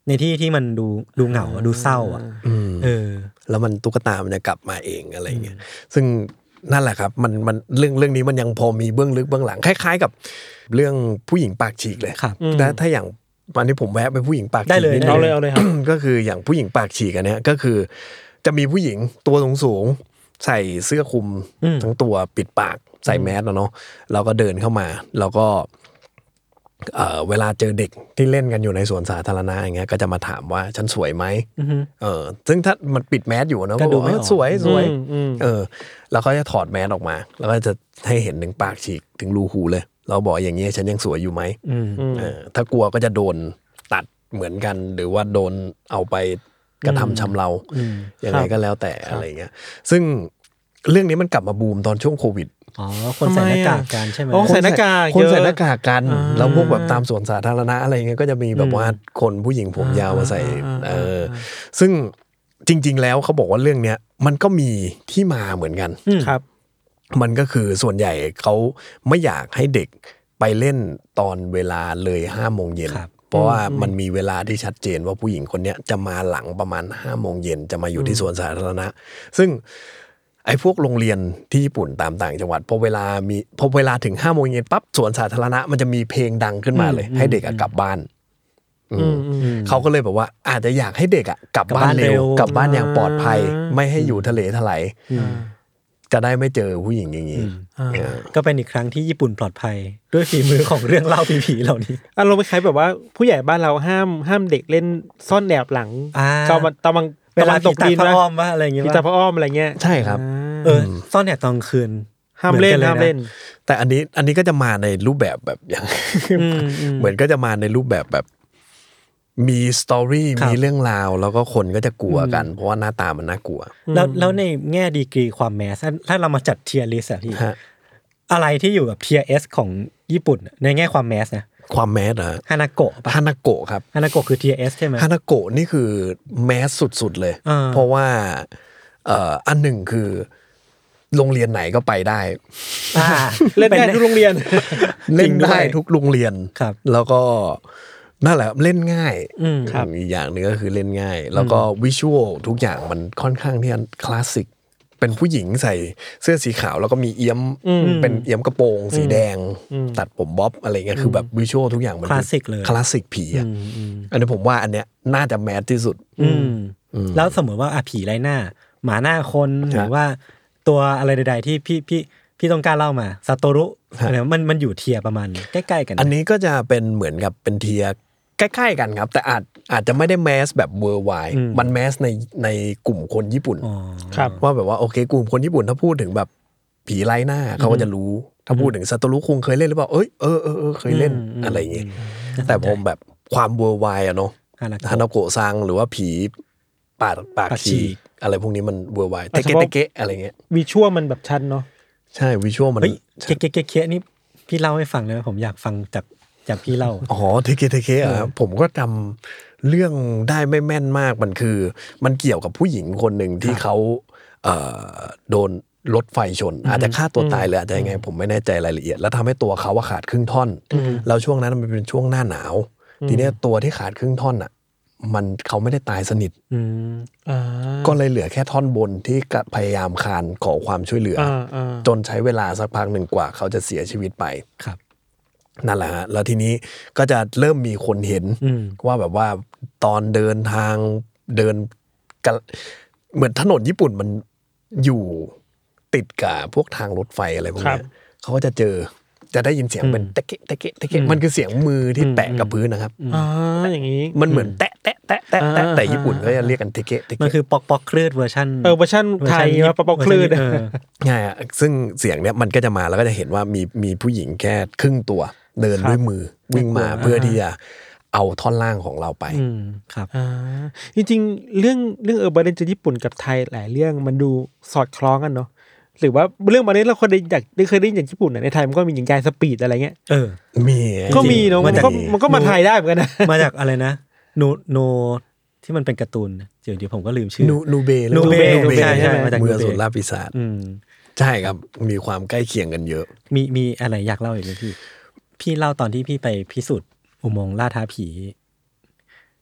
ในที่ที่มันดูดูเหงาดูเศร้าอ่ะเออแล้วมันตุ๊กตามันจะกลับมาเองอะไรเงี้ยซึ่งนั่นแหละครับมันมันเรื่องเรื่องนี้มันยังพอมีเบื้องลึกเบื้องหลังคล้ายๆกับเรื่องผู้หญิงปากฉีกเลยแต่ถ้าอย่างตอนนี้ผมแวะไปผู้หญิงปากฉีกนิดนึงเอาเลยเอาเลยครับก็คืออย่างผู้หญิงปากฉีกอันเนี้ยก็คือจะมีผู้หญิงตัวสูงๆใส่เสื้อคลุมทั้งตัวปิดปากใส่แมสเนาะเราก็เดินเข้ามาแล้วก็เอ่อเวลาเจอเด็กที่เล่นกันอยู่ในสวนสาธารณะอย่างเงี้ยก็จะมาถามว่าฉันสวยไหมเออซึ่งถ้ามันปิดแมสอยู่นะก็ดูไม่สวยสวยเออแล้วก็จะถอดแมสออกมาแล้วก็จะให้เห็นถึงปากฉีกถึงรูหูเลยเราบอกอย่างเงี้ยฉันยังสวยอยู่ไหมเออถ้ากลัวก็จะโดนตัดเหมือนกันหรือว่าโดนเอาไปกระทำชำเรายังไงก็แล้วแต่อะไรเงี้ยซึ่งเรื่องนี้มันกลับมาบูมตอนช่วงโควิดอ๋อคนใส่หน้ากากกันใช่ไหมคนใส่หน้ากากคนใส่หน้ากากกันแล้วพวกแบบตามสวนสาธารณะอะไรเงี้ยก็จะมีแบบว่าคนผู้หญิงผมยาวมาใส่เออซึ่งจริงๆแล้วเขาบอกว่าเรื่องเนี้ยมันก็มีที่มาเหมือนกันครับมันก็คือส่วนใหญ่เขาไม่อยากให้เด็กไปเล่นตอนเวลาเลยห้าโมงเย็นเพราะว่ามันมีเวลาที่ชัดเจนว่าผู้หญิงคนเนี้ยจะมาหลังประมาณห้าโมงเย็นจะมาอยู่ที่สวนสาธารณะซึ่งไอ้พวกโรงเรียนที่ญี่ปุ่นตามต่างจังหวัดพอเวลามีพอเวลาถึงห้าโมงเย็นปั๊บสวนสาธารณะมันจะมีเพลงดังขึ้นมาเลยให้เด็กกลับบ้านเขาก็เลยแบบว่าอาจจะอยากให้เด็กอ่ะกลับบ้านเร็วกลับบ้านอย่างปลอดภัยไม่ให้อยู่ทะเลทลายจะได้ไม่เจอผู้หญิงอย่างนี้ก็เป็นอีกครั้งที่ญี่ปุ่นปลอดภัยด้วยฝีมือของเรื่องเล่าผีๆเหล่านี้อารมณ์คล้ายแบบว่าผู้ใหญ่บ้านเราห้ามห้ามเด็กเล่นซ่อนแอบหลังตอนตอนเวลาตกดินพระอ้อมว่าอะไรเงี้ยผีตาพระอ้อมอะไรเงี้ยใช่ครับเออซ่อนแอบตอนคืนห้ามเล่นห้ามเล่นแต่อันนี้อันนี้ก็จะมาในรูปแบบแบบอย่างเหมือนก็จะมาในรูปแบบแบบมีสตอรี่มีเรื่องราวแล้วก็คนก็จะกลัวกันเพราะว่าหน้าตามันน่ากลัวแล้วแล้วในแง่ดีกรีความแมสถ้าเรามาจัดเทียร์ลิสต์อะพี่อะไรที่อยู่แบบเทียร์เอสของญี่ปุ่นในแง่ความแมสนะความแมสเหรอฮานาโกะฮานาโกะครับฮานาโกะคือ ที เอส ใช่ไหมฮานาโกะนี่คือแมสสุดๆเลยเพราะว่าเอ่ออันหนึ่งคือโรงเรียนไหนก็ไปได้เล่นได้ทุกโรงเรียนเล่นได้ทุกโรงเรียนแล้วก็นั่นแหละเล่นง่ายอีกอย่างหนึ่งก็คือเล่นง่ายแล้วก็วิชวลทุกอย่างมันค่อนข้างที่จะคลาสสิกเป็นผู้หญิงใส่เสื้อสีขาวแล้วก็มีเอี้ยมเป็นเอี้ยมกระโปรงสีแดงตัดผมบ๊อบอะไรเงี้ยคือแบบวิชวลทุกอย่างมันคลาสสิกเลยคลาสสิกผีอ่ะอันนี้ผมว่าอันเนี้ยน่าจะแมสที่สุดแล้วสมมติว่าอ่ะผีไร้หน้าหมาหน้าคนหรือว่าตัวอะไรใดๆที่พี่พี่พี่ต้องการเล่ามาซาโตรุอะไรมันมันอยู่เทียประมาณใกล้ๆกันอันนี้ก็จะเป็นเหมือนกับเป็นเทียใกล้ๆกันครับแต่อาจอาจจะไม่ได้แมสแบบเวอร์ไวด์มันแมสในในกลุ่มคนญี่ปุ่นว่าแบบว่าโอเคกลุ่มคนญี่ปุ่นถ้าพูดถึงแบบผีไร้หน้าเขาก็จะรู้ถ้าพูดถึงซาโตรุคุงเคยเล่นหรือเปล่าเอ้ยเออเออเคยเล่นอะไรอย่างงี้แต่ผมแบบความเวอร์ไวด์อะเนาะฮานาโกะซังหรือว่าผีปากปากฉีกอะไรพวกนี้มันเวอร์ไวด์เตะเกะเตะเกะอะไรเงี้ยวิชวลมันแบบชัดเนาะใช่วิชวลมันเกะเกะเกะเกะนี่พี่เล่าให้ฟังเลยผมอยากฟังจากจากพี่เล่าอ๋อเทเกเทเกอ่ะผมก็จำเรื่องได้ไม่แม่นมากมันคือมันเกี่ยวกับผู้หญิงคนหนึ่งที่เขาเอ่อโดนรถไฟชนอาจจะฆ่าตัวตายหรืออาจจะยังไงผมไม่แน่ใจรายละเอียดแล้วทำให้ตัวเขาขาดครึ่งท่อนแล้วช่วงนั้นมันเป็นช่วงหน้าหนาวทีนี้ตัวที่ขาดครึ่งท่อนอ่ะมันเขาไม่ได้ตายสนิทก็เลยเหลือแค่ท่อนบนที่พยายามคานขอความช่วยเหลือจนใช้เวลาสักพักหนึ่งกว่าเขาจะเสียชีวิตไปครับนั่นแหละฮะแล้วทีนี้ก็จะเริ่มมีคนเห็นว่าแบบว่าตอนเดินทางเดินกันเหมือนถนนญี่ปุ่นมันอยู่ติดกับพวกทางรถไฟอะไรพวกนี้เขาก็จะเจอจะได้ยินเสียงเป็นตะเกะตะเกะตะเกะมันคือเสียงมือที่แตะกับพื้นนะครับอ๋ออย่างนี้มันเหมือนแตะแตะแตะแตะแตะแต่ญี่ปุ่นก็จะเรียกกันตะเกะตะเกะมันคือปอกปอกคลื่นเวอร์ชันเออเวอร์ชันไทยว่าปอกปอกคลื่นใช่ซึ่งเสียงเนี้ยมันก็จะมาแล้วก็จะเห็นว่ามีมีผู้หญิงแค่ครึ่งตัวเดินด้วยมือวิ่งมาเพื่อที่จะเอาท่อนล่างของเราไปครับจริงๆเรื่องเรื่องเออร์บันเลเจนด์ญี่ปุ่นกับไทยหลายเรื่องมันดูสอดคล้องกันเนาะหรือว่าเรื่องบางเรื่องเราเคยได้อยากได้เคยได้ยินจากญี่ปุ่นในไทยมันก็มีอย่างยายสปีดอะไรเงี้ยเออมีก็มีเนาะมันก็มันก็มาไทยได้เหมือนกันนะมาจากอะไรนะโนโนที่มันเป็นการ์ตูนเดี๋ยวเดี๋ยวผมก็ลืมชื่อนูนูเบนูเบใช่ใช่มาจากเมืองสุราปีศาจใช่ครับมีความใกล้เคียงกันเยอะมีมีอะไรอยากเล่าอีกไหมพี่พี่เล่าตอนที่พี่ไปพิสูจน์อุโมงค์ล่าท้าผี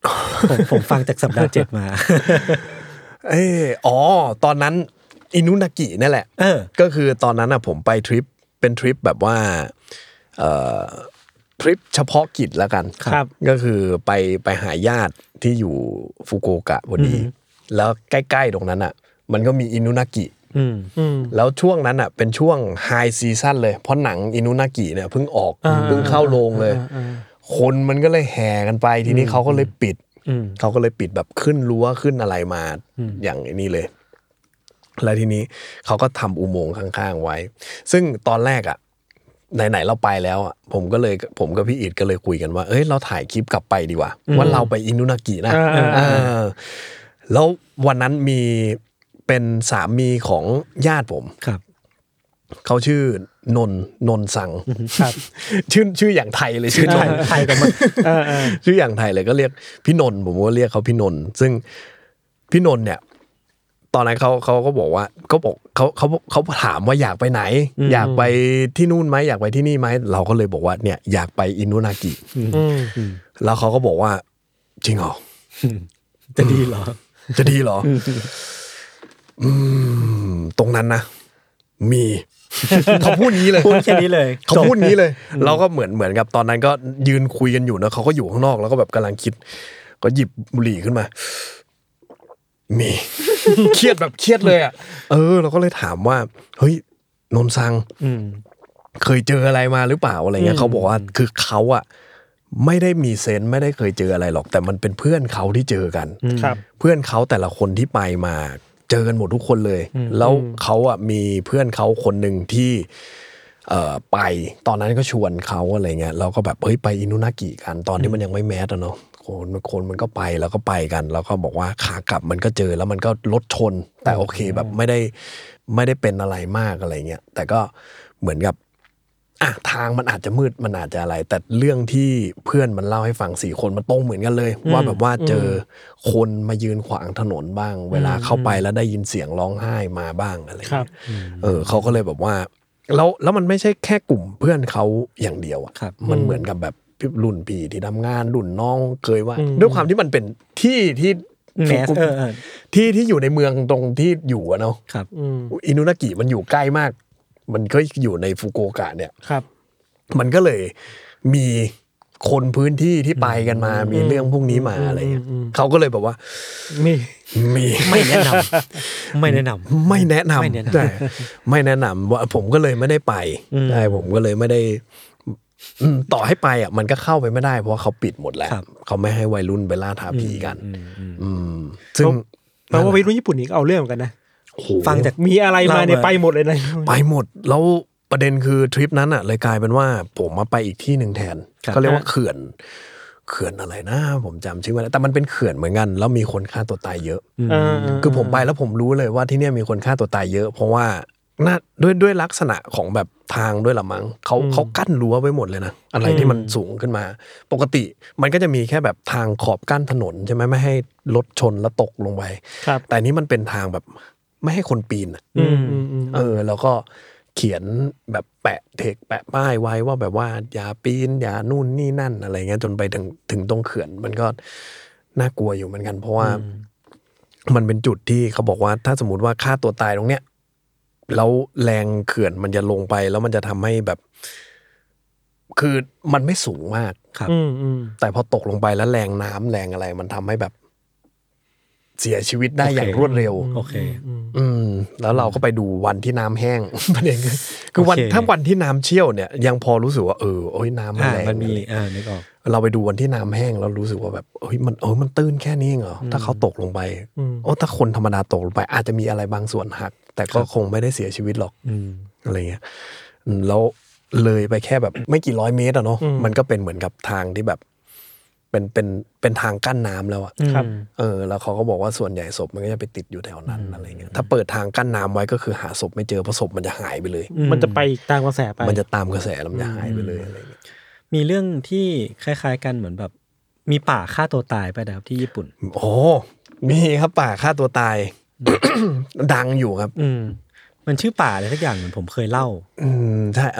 ผมผมฟังจากสัปดาห์เจ็ดมาเอออ๋อตอนนั้นอินุนากินั่นแหละก็คือตอนนั้นอ่ะผมไปทริปเป็นทริปแบบว่าเอ่อทริปเฉพาะกิจแล้วกันก็คือไปไปหาญาติที่อยู่ฟุกุโอกะพอดีแล้วใกล้ๆตรงนั้นอ่ะมันก็มีอินุนากิแล้วช่วงนั้นอ่ะเป็นช่วงไฮซีซั่นเลยเพราะหนังอินุนากิเนี่ยเพิ่งออกเพิ่งเข้าโรงเลยคนมันก็เลยแห่กันไปทีนี้เขาก็เลยปิดเขาก็เลยปิดแบบขึ้นรั้วขึ้นอะไรมาอย่างนี้เลยแล้วทีนี้เขาก็ทำอุโมงค์ข้างๆไว้ซึ่งตอนแรกอ่ะไหนๆเราไปแล้วอ่ะผมก็เลยผมกับพี่อิฐก็เลยคุยกันว่าเอ้ยเราถ่ายคลิปกลับไปดีกว่าว่าเราไปอินุนากินะแล้ววันนั้นมีเป็นสามีของญาติผมครับเขาชื่อนนนนสังครับชื่อชื่ออย่างไทยเลยชื่อไทยกันมาชื่ออย่างไทยเลยก็เรียกพี่นนผมก็เรียกเขาพี่นนซึ่งพี่นนเนี่ยตอนนั้นเขาเขาก็บอกว่าก็บอกเขาเขาเขาถามว่าอยากไปไหนอยากไปที่นู่นไหมอยากไปที่นี่ไหมเราก็เลยบอกว่าเนี่ยอยากไปอินุนากิแล้วเขาก็บอกว่าจริงเหรอจะดีเหรอจะดีเหรออืมตรงนั้นนะมีเขาพูดงี้เลยพูดแค่นี้เลยเขาพูดงี้เลยเราก็เหมือนเหมือนกับตอนนั้นก็ยืนคุยกันอยู่นะเขาก็อยู่ข้างนอกแล้วก็แบบกำลังคิดก็หยิบบุหรี่ขึ้นมามีเครียดแบบเครียดเลยอ่ะเออเราก็เลยถามว่าเฮ้ยนนซังเคยเจออะไรมาหรือเปล่าอะไรเงี้ยเขาบอกว่าคือเขาอ่ะไม่ได้มีเซนส์ไม่ได้เคยเจออะไรหรอกแต่มันเป็นเพื่อนเขาที่เจอกันเพื่อนเขาแต่ละคนที่ไปมาเจอกันหมดทุกคนเลยแล้วเขาอ่ะมีเพื่อนเขาคนหนึ่งที่เอ่อไปตอนนั้นก็ชวนเขาอะไรเงี้ยเราก็แบบเฮ้ยไปอินุนากิกันตอนที่มันยังไม่แมสอ่ะเนาะคนคนมันก็ไปแล้วก็ไปกันแล้วก็บอกว่าขากลับมันก็เจอแล้วมันก็รถชนแต่โอเคแบบไม่ได้ไม่ได้เป็นอะไรมากอะไรเงี้ยแต่ก็เหมือนกับอ่ะทางมันอาจจะมืดมันอาจจะอะไรแต่เรื่องที่เพื่อนมันเล่าให้ฟังสี่คนมันตรงเหมือนกันเลยว่าแบบว่าเจอคนมายืนขวางถนนบ้างเวลาเข้าไปแล้วได้ยินเสียงร้องไห้มาบ้างอะไรเงี้ยเออเขาก็เลยแบบว่าแล้วแล้วมันไม่ใช่แค่กลุ่มเพื่อนเขาอย่างเดียวอ่ะมันเหมือนกับแบบรุ่นพี่ที่ทำงานรุ่นน้องเคยว่าด้วยความที่มันเป็นที่ที่ที่ที่อยู่ในเมืองตรงที่อยู่อะเนาะอินุนากิมันอยู่ใกล้มากมันก็อยู่ในฟุกุโอกะเนี่ยมันก็เลยมีคนพื้นที่ที่ไปกันมามีเรื่องพวกนี้มาอะไรเงี้ยเขาก็เลยแบบว่ามีมีไม่แนะนำไม่แนะนำไม่แนะนำใช่ไม่แนะนำว่าผมก็เลยไม่ได้ไปใช่ผมก็เลยไม่ได้ต่อให้ไปอ่ะมันก็เข้าไปไม่ได้เพราะเขาปิดหมดแล้วเขาไม่ให้วัยรุ่นไปล่าท้าผีกันซึ่งแปลว่าวัยรุ่นญี่ปุ่นนี่เอาเรื่องกันนะฟังจากมีอะไรมาเนี่ยไปหมดเลยนะไปหมดแล้วประเด็นคือทริปนั้นอ่ะเลยกลายเป็นว่าผมมาไปอีกที่หนึ่งแทนเขาเรียกว่าเขื่อนเขื่อนอะไรนะผมจำชื่อไม่ได้แต่มันเป็นเขื่อนเหมือนกันแล้วมีคนฆ่าตัวตายเยอะคือผมไปแล้วผมรู้เลยว่าที่นี่มีคนฆ่าตัวตายเยอะเพราะว่าน่าด้วยด้วยลักษณะของแบบทางด้วยละมั้งเขาเขากั้นรั้วไว้หมดเลยนะอะไรที่มันสูงขึ้นมาปกติมันก็จะมีแค่แบบทางขอบกั้นถนนใช่ไหมไม่ให้รถชนแล้วตกลงไปแต่นี้มันเป็นทางแบบไม่ให้คนปีนเออแล้วก็เขียนแบบแปะเทคแปะป้ายไว้ว่าแบบว่าอย่าปีนอย่านู่นนี่นั่นอะไรเงี้ยจนไปถึงถึงตรงเขื่อนมันก็น่ากลัวอยู่เหมือนกันเพราะว่ามันเป็นจุดที่เขาบอกว่าถ้าสมมติว่าฆ่าตัวตายตรงเนี้ยแล้วแรงเขื่อนมันจะลงไปแล้วมันจะทำให้แบบคือมันไม่สูงมากครับแต่พอตกลงไปแล้วแรงน้ำแรงอะไรมันทำให้แบบเสียชีวิตได้อย่างรวดเร็วโอเคอืมแล้วเราก็ไปดูวันที่น้ำแห้งประเด็นคือวันถ้าวันที่น้ำเชี่ยวเนี่ยยังพอรู้สึกว่าเออโอ้ยน้ำมันแรงมันมีอ่านึกออกเราไปดูวันที่น้ำแห้งแล้วรู้สึกว่าแบบเฮ้ยมันเออมันตื้นแค่นี้เหรอถ้าเขาตกลงไปโอ้ถ้าคนธรรมดาตกลงไปอาจจะมีอะไรบางส่วนหักแต่ก็คงไม่ได้เสียชีวิตหรอกอะไรเงี้ยแล้วเลยไปแค่แบบไม่กี่ร้อยเมตรอะเนาะมันก็เป็นเหมือนกับทางที่แบบเป็นเป็นเป็นทางกั้นน้ำแล้วอะเออแล้วเขาก็บอกว่าส่วนใหญ่ศพมันก็จะไปติดอยู่แถวนั้นอะไรเงี้ยถ้าเปิดทางกั้นน้ำไว้ก็คือหาศพไม่เจอเพราะศพมันจะหายไปเลยมันจะไปตามกระแสไปมันจะตามกระแสแล้วมันจะหายไปเลยอะไรเงี้ยมีเรื่องที่คล้ายๆกันเหมือนแบบมีป่าฆ่าตัวตายไปนะครับที่ญี่ปุ่นโอ้มีครับป่าฆ่าตัวตาย ดังอยู่ครับอืมมันชื่อป่าอะไรสักอย่างเหมือนผมเคยเล่าอืมใช่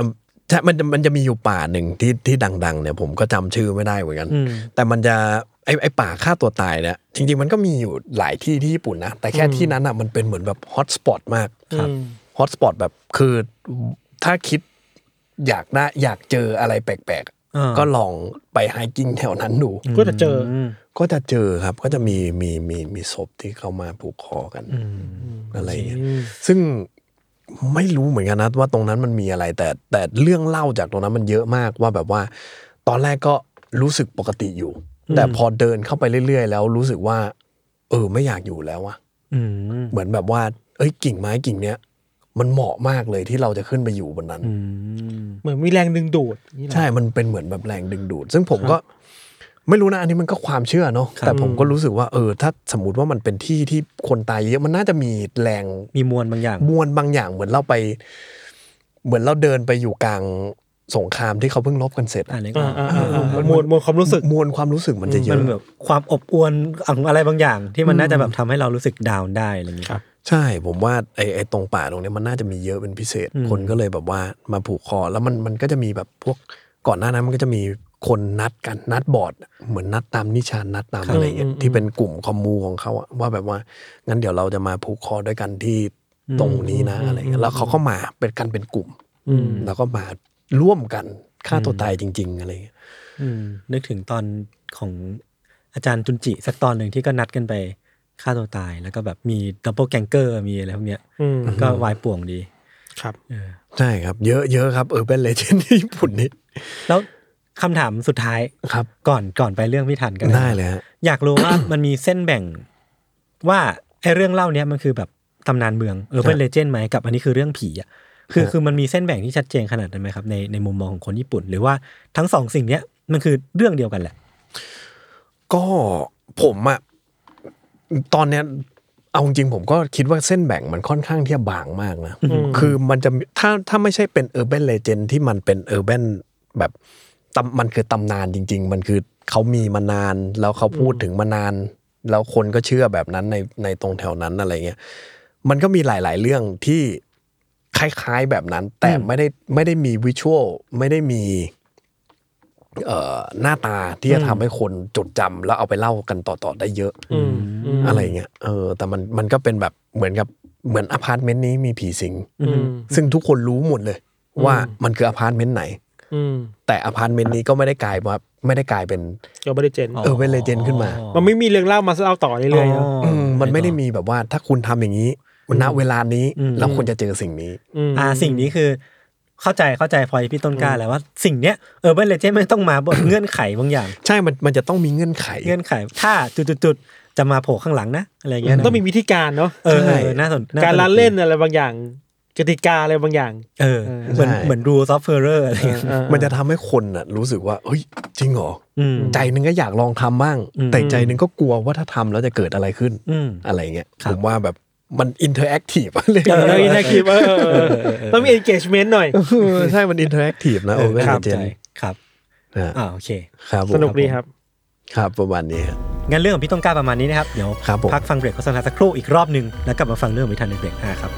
ใช่มันมันจะมีอยู่ป่าหนึ่งที่ที่ดังๆเนี่ยผมก็จำชื่อไม่ได้เหมือนกันแต่มันจะไอไอป่าฆ่าตัวตายเนี่ยจริงๆมันก็มีอยู่หลายที่ที่ญี่ปุ่นนะแต่แค่ที่นั้นอ่ะมันเป็นเหมือนแบบฮอตสปอตมากครับฮอตสปอตแบบคือถ้าคิดอยากได้อยากเจออะไรแปลกๆก็ลองไปไฮกิ้งแถวนั้นดูก็จะเจอก็จะเจอครับก็จะมีมีมีมีศพที่เขามาผูกคอกันอะไรอย่างเงี้ยซึ่งไม่รู้เหมือนกันนะว่าตรงนั้นมันมีอะไรแต่แต่เรื่องเล่าจากตรงนั้นมันเยอะมากว่าแบบว่าตอนแรกก็รู้สึกปกติอยู่แต่พอเดินเข้าไปเรื่อยๆแล้วรู้สึกว่าเออไม่อยากอยู่แล้วอะเหมือนแบบว่าเอ้ยกิ่งไม้กิ่งเนี้ยมันเหมาะมากเลยที่เราจะขึ้นไปอยู่บนนั้นเหมือนมีแรงดึงดูดใช่มันเป็นเหมือนแบบแรงดึงดูดซึ่งผมก็ไม่รู้นะอันนี้มันก็ความเชื่อเนาะแต่ผมก็รู้สึกว่าเออถ้าสมมติว่ามันเป็นที่ที่คนตายเยอะมันน่าจะมีแรงมีมวลบางอย่างมวลบางอย่างเหมือนเราไปเหมือนเราเดินไปอยู่กลางสงครามที่เขาเพิ่งลบกันเสร็จอะไรก็มวลมวลความรู้สึกมวลความรู้สึกมันจะเยอะมันแบบความอบอวลอะไรบางอย่างที่มันน่าจะแบบทำให้เรารู้สึกดาวน์ได้อะไรอย่างนี้ครับใช่ผมว่าไอ้ไอ้ตรงป่าตรงนี้มันน่าจะมีเยอะเป็นพิเศษคนก็เลยแบบว่ามาผูกคอแล้วมันมันก็จะมีแบบพวกก่อนหน้านั้นมันก็จะมีคนนัดกันนัดบอร์ดเหมือนนัดตามนิชานนัดตามอะไรเงี้ยที่เป็นกลุ่มคอมมูของเขาอะว่าแบบว่างั้นเดี๋ยวเราจะมาผูกคอด้วยกันที่ตรงนี้นะอะไรเงี้ยแล้วเขาก็มาเป็นกันเป็นกลุ่มแล้วก็มาร่วมกันฆ่าตัวตายจริงๆอะไรเงี้ยนึกถึงตอนของอาจารย์จุนจิสักตอนหนึ่งที่ก็นัดกันไปฆ่าตัวตายแล้วก็แบบมีดับเบิลแกงเกอร์มีอะไรพวกเนี้ยก็วายป่วงดีครับใช่ครับเยอะเยอะครับเออเป็นเลเจนด์ที่ญี่ปุ่นนี่แล้วคำถามสุดท้ายครับก่อนก่อนไปเรื่องพี่ทันกันได้เลยฮะอยากรู้ว่า มันมีเส้นแบ่งว่าไอ้เรื่องเล่าเนี้ยมันคือแบบตำนานเมืองเออเป็นเลเจนด์ไหมกับอันนี้คือเรื่องผีอ่ะคือคือมันมีเส้นแบ่งที่ชัดเจนขนาดนั้นไหมครับในในมุมมองของคนญี่ปุ่นหรือว่าทั้งสองสิ่งเนี้ยมันคือเรื่องเดียวกันแหละก็ผมอะตอนเนี้ยเอาจริงผมก็คิดว่าเส้นแบ่งมันค่อนข้างที่จะบางมากนะคือมันจะถ้าถ้าไม่ใช่เป็น Urban Legend ที่มันเป็น Urban แบบมันคือตำนานจริงๆมันคือเขามีมานานแล้วเขาพูดถึงมานานแล้วคนก็เชื่อแบบนั้นในในตรงแถวนั้นอะไรเงี้ยมันก็มีหลายๆเรื่องที่คล้ายๆแบบนั้นแต่ไม่ได้ไม่ได้มีวิชวลไม่ได้มีเอ่อหน้าตาที่จะทำให้คนจดจำแล้วเอาไปเล่ากันต่อๆได้เยอะอะไรเงี้ยเออแต่มันมันก็เป็นแบบเหมือนกับเหมือนอพาร์ตเมนต์นี้มีผีสิงซึ่งทุกคนรู้หมดเลยว่ามันคืออพาร์ตเมนต์ไหนแต่อพาร์ตเมนต์นี้ก็ไม่ได้กลายว่าไม่ได้กลายเป็นเออเป็นเลเจนด์เออเป็นเลเจนด์ขึ้นมามันไม่มีเรื่องเล่ามาเล่าต่อเรื่อยๆมันไม่ได้มีแบบว่าถ้าคุณทำอย่างนี้ณเวลานี้แล้วคุณจะเจอสิ่งนี้อ่าสิ่งนี้คือเข้าใจเข้าใจพอพี่ต้นกล้าแล้วว่าสิ่งเนี้ยเออเป็นเลเจนด์มันต้องมาบนเงื่อนไขบางอย่างใช่มันมันจะต้องมีเงื่อนไขเงื่อนไขถ้าจุดๆๆจะมาโผล่ข้างหลังนะอะไรเงี้ยต้องมีวิธีการเนาะเออน่าสนการละเล่นอะไรบางอย่างกติกาอะไรบางอย่างเออเหมือนเหมือนรูซอฟต์แวร์อะไรเงี้ยมันจะทำให้คนน่ะรู้สึกว่าเฮ้ยจริงเหรอใจนึงก็อยากลองทำบ้างแต่ใจนึงก็กลัวว่าถ้าทำแล้วจะเกิดอะไรขึ้นอะไรเงี้ยผมว่าแบบมันอินเทอร์แอคทีฟอะไรเอออินเทอร์แอคทีฟเออต้องมี engagement หน่อยใช่มันอินเทอร์แอคทีฟนะโอ้ไม่เข้าใจครับอ่าโอเคครับสนุกดีครับครับประมาณนี้งั้นเรื่องของพี่ต้นกล้าประมาณนี้นะครับเดี๋ยวพักฟังเบรกโฆษณาสักครู่อีกรอบนึงแล้วกลับมาฟังเรื่องวิธันในเบรกหน้าครับ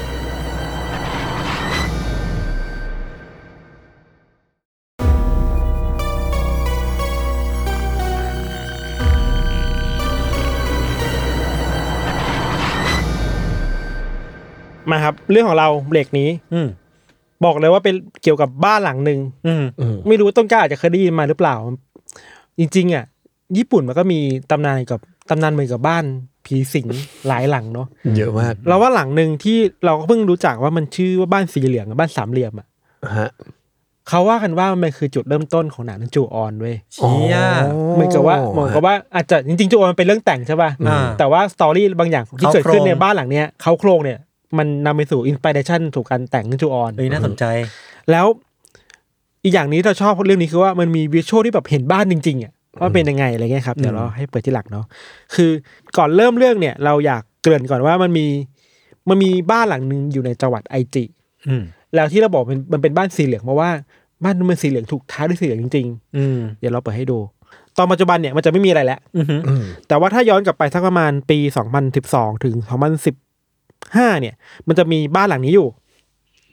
มาครับเรื่องของเราเบรกนี้บอกเลยว่าเป็นเกี่ยวกับบ้านหลังนึงไม่รู้ต้นกล้าอาจจะเคยได้ยินมาหรือเปล่าจริงๆอ่ะญี่ปุ่นมันก็มีตำนานกับตำนานเหมือนกับบ้านผีสิงหลายหลังเนาะเยอะมากเราว่าหลังนึงที่เราก็เพิ่งรู้จักว่ามันชื่อว่าบ้านสีเหลืองบ้านสามเหลี่ยมอ่ะฮะเขาว่ากันว่ามันคือจุดเริ่มต้นของหนังจูออนเว้ยเชี่ยเหมือนกับว่าเหมือนกับว่าอาจจะจริงๆจูออนมันเป็นเรื่องแต่งใช่ป่ะแต่ว่าสตอรี่บางอย่างที่เกิดขึ้นในบ้านหลังเนี้ยเขาโครงเนี่ยมันนำไปสู่อินสปิเรชันสู่การแต่งจูออนเอ้ยน่าสนใจแล้วอีกอย่างนี้เราชอบเรื่องนี้คือว่ามันมีวิชวลที่แบบเห็นบ้านจริงๆอ่ะว่าเป็นยังไงอะไรเงี้ยครับเดี๋ยวเราให้เปิดที่หลักเนาะคือก่อนเริ่มเรื่องเนี่ยเราอยากเกริ่นก่อนว่ามันมีมันมีบ้านหลังนึงอยู่ในจังหวัดไอจิแล้วที่เราบอกมันมันเป็นบ้านสีเหลืองเพราะว่าบ้านมันสีเหลืองถูกท้าด้วยสีเหลืองจริงๆเดี๋ยวเราเปิดให้ดูตอนปัจจุบันเนี่ยมันจะไม่มีอะไรแล้วแต่ว่าถ้าย้อนกลับไปสักประมาณปีสองพันสิบสองถึงสองพันสิบห้าเนี่ยมันจะมีบ้านหลังนี้อยู่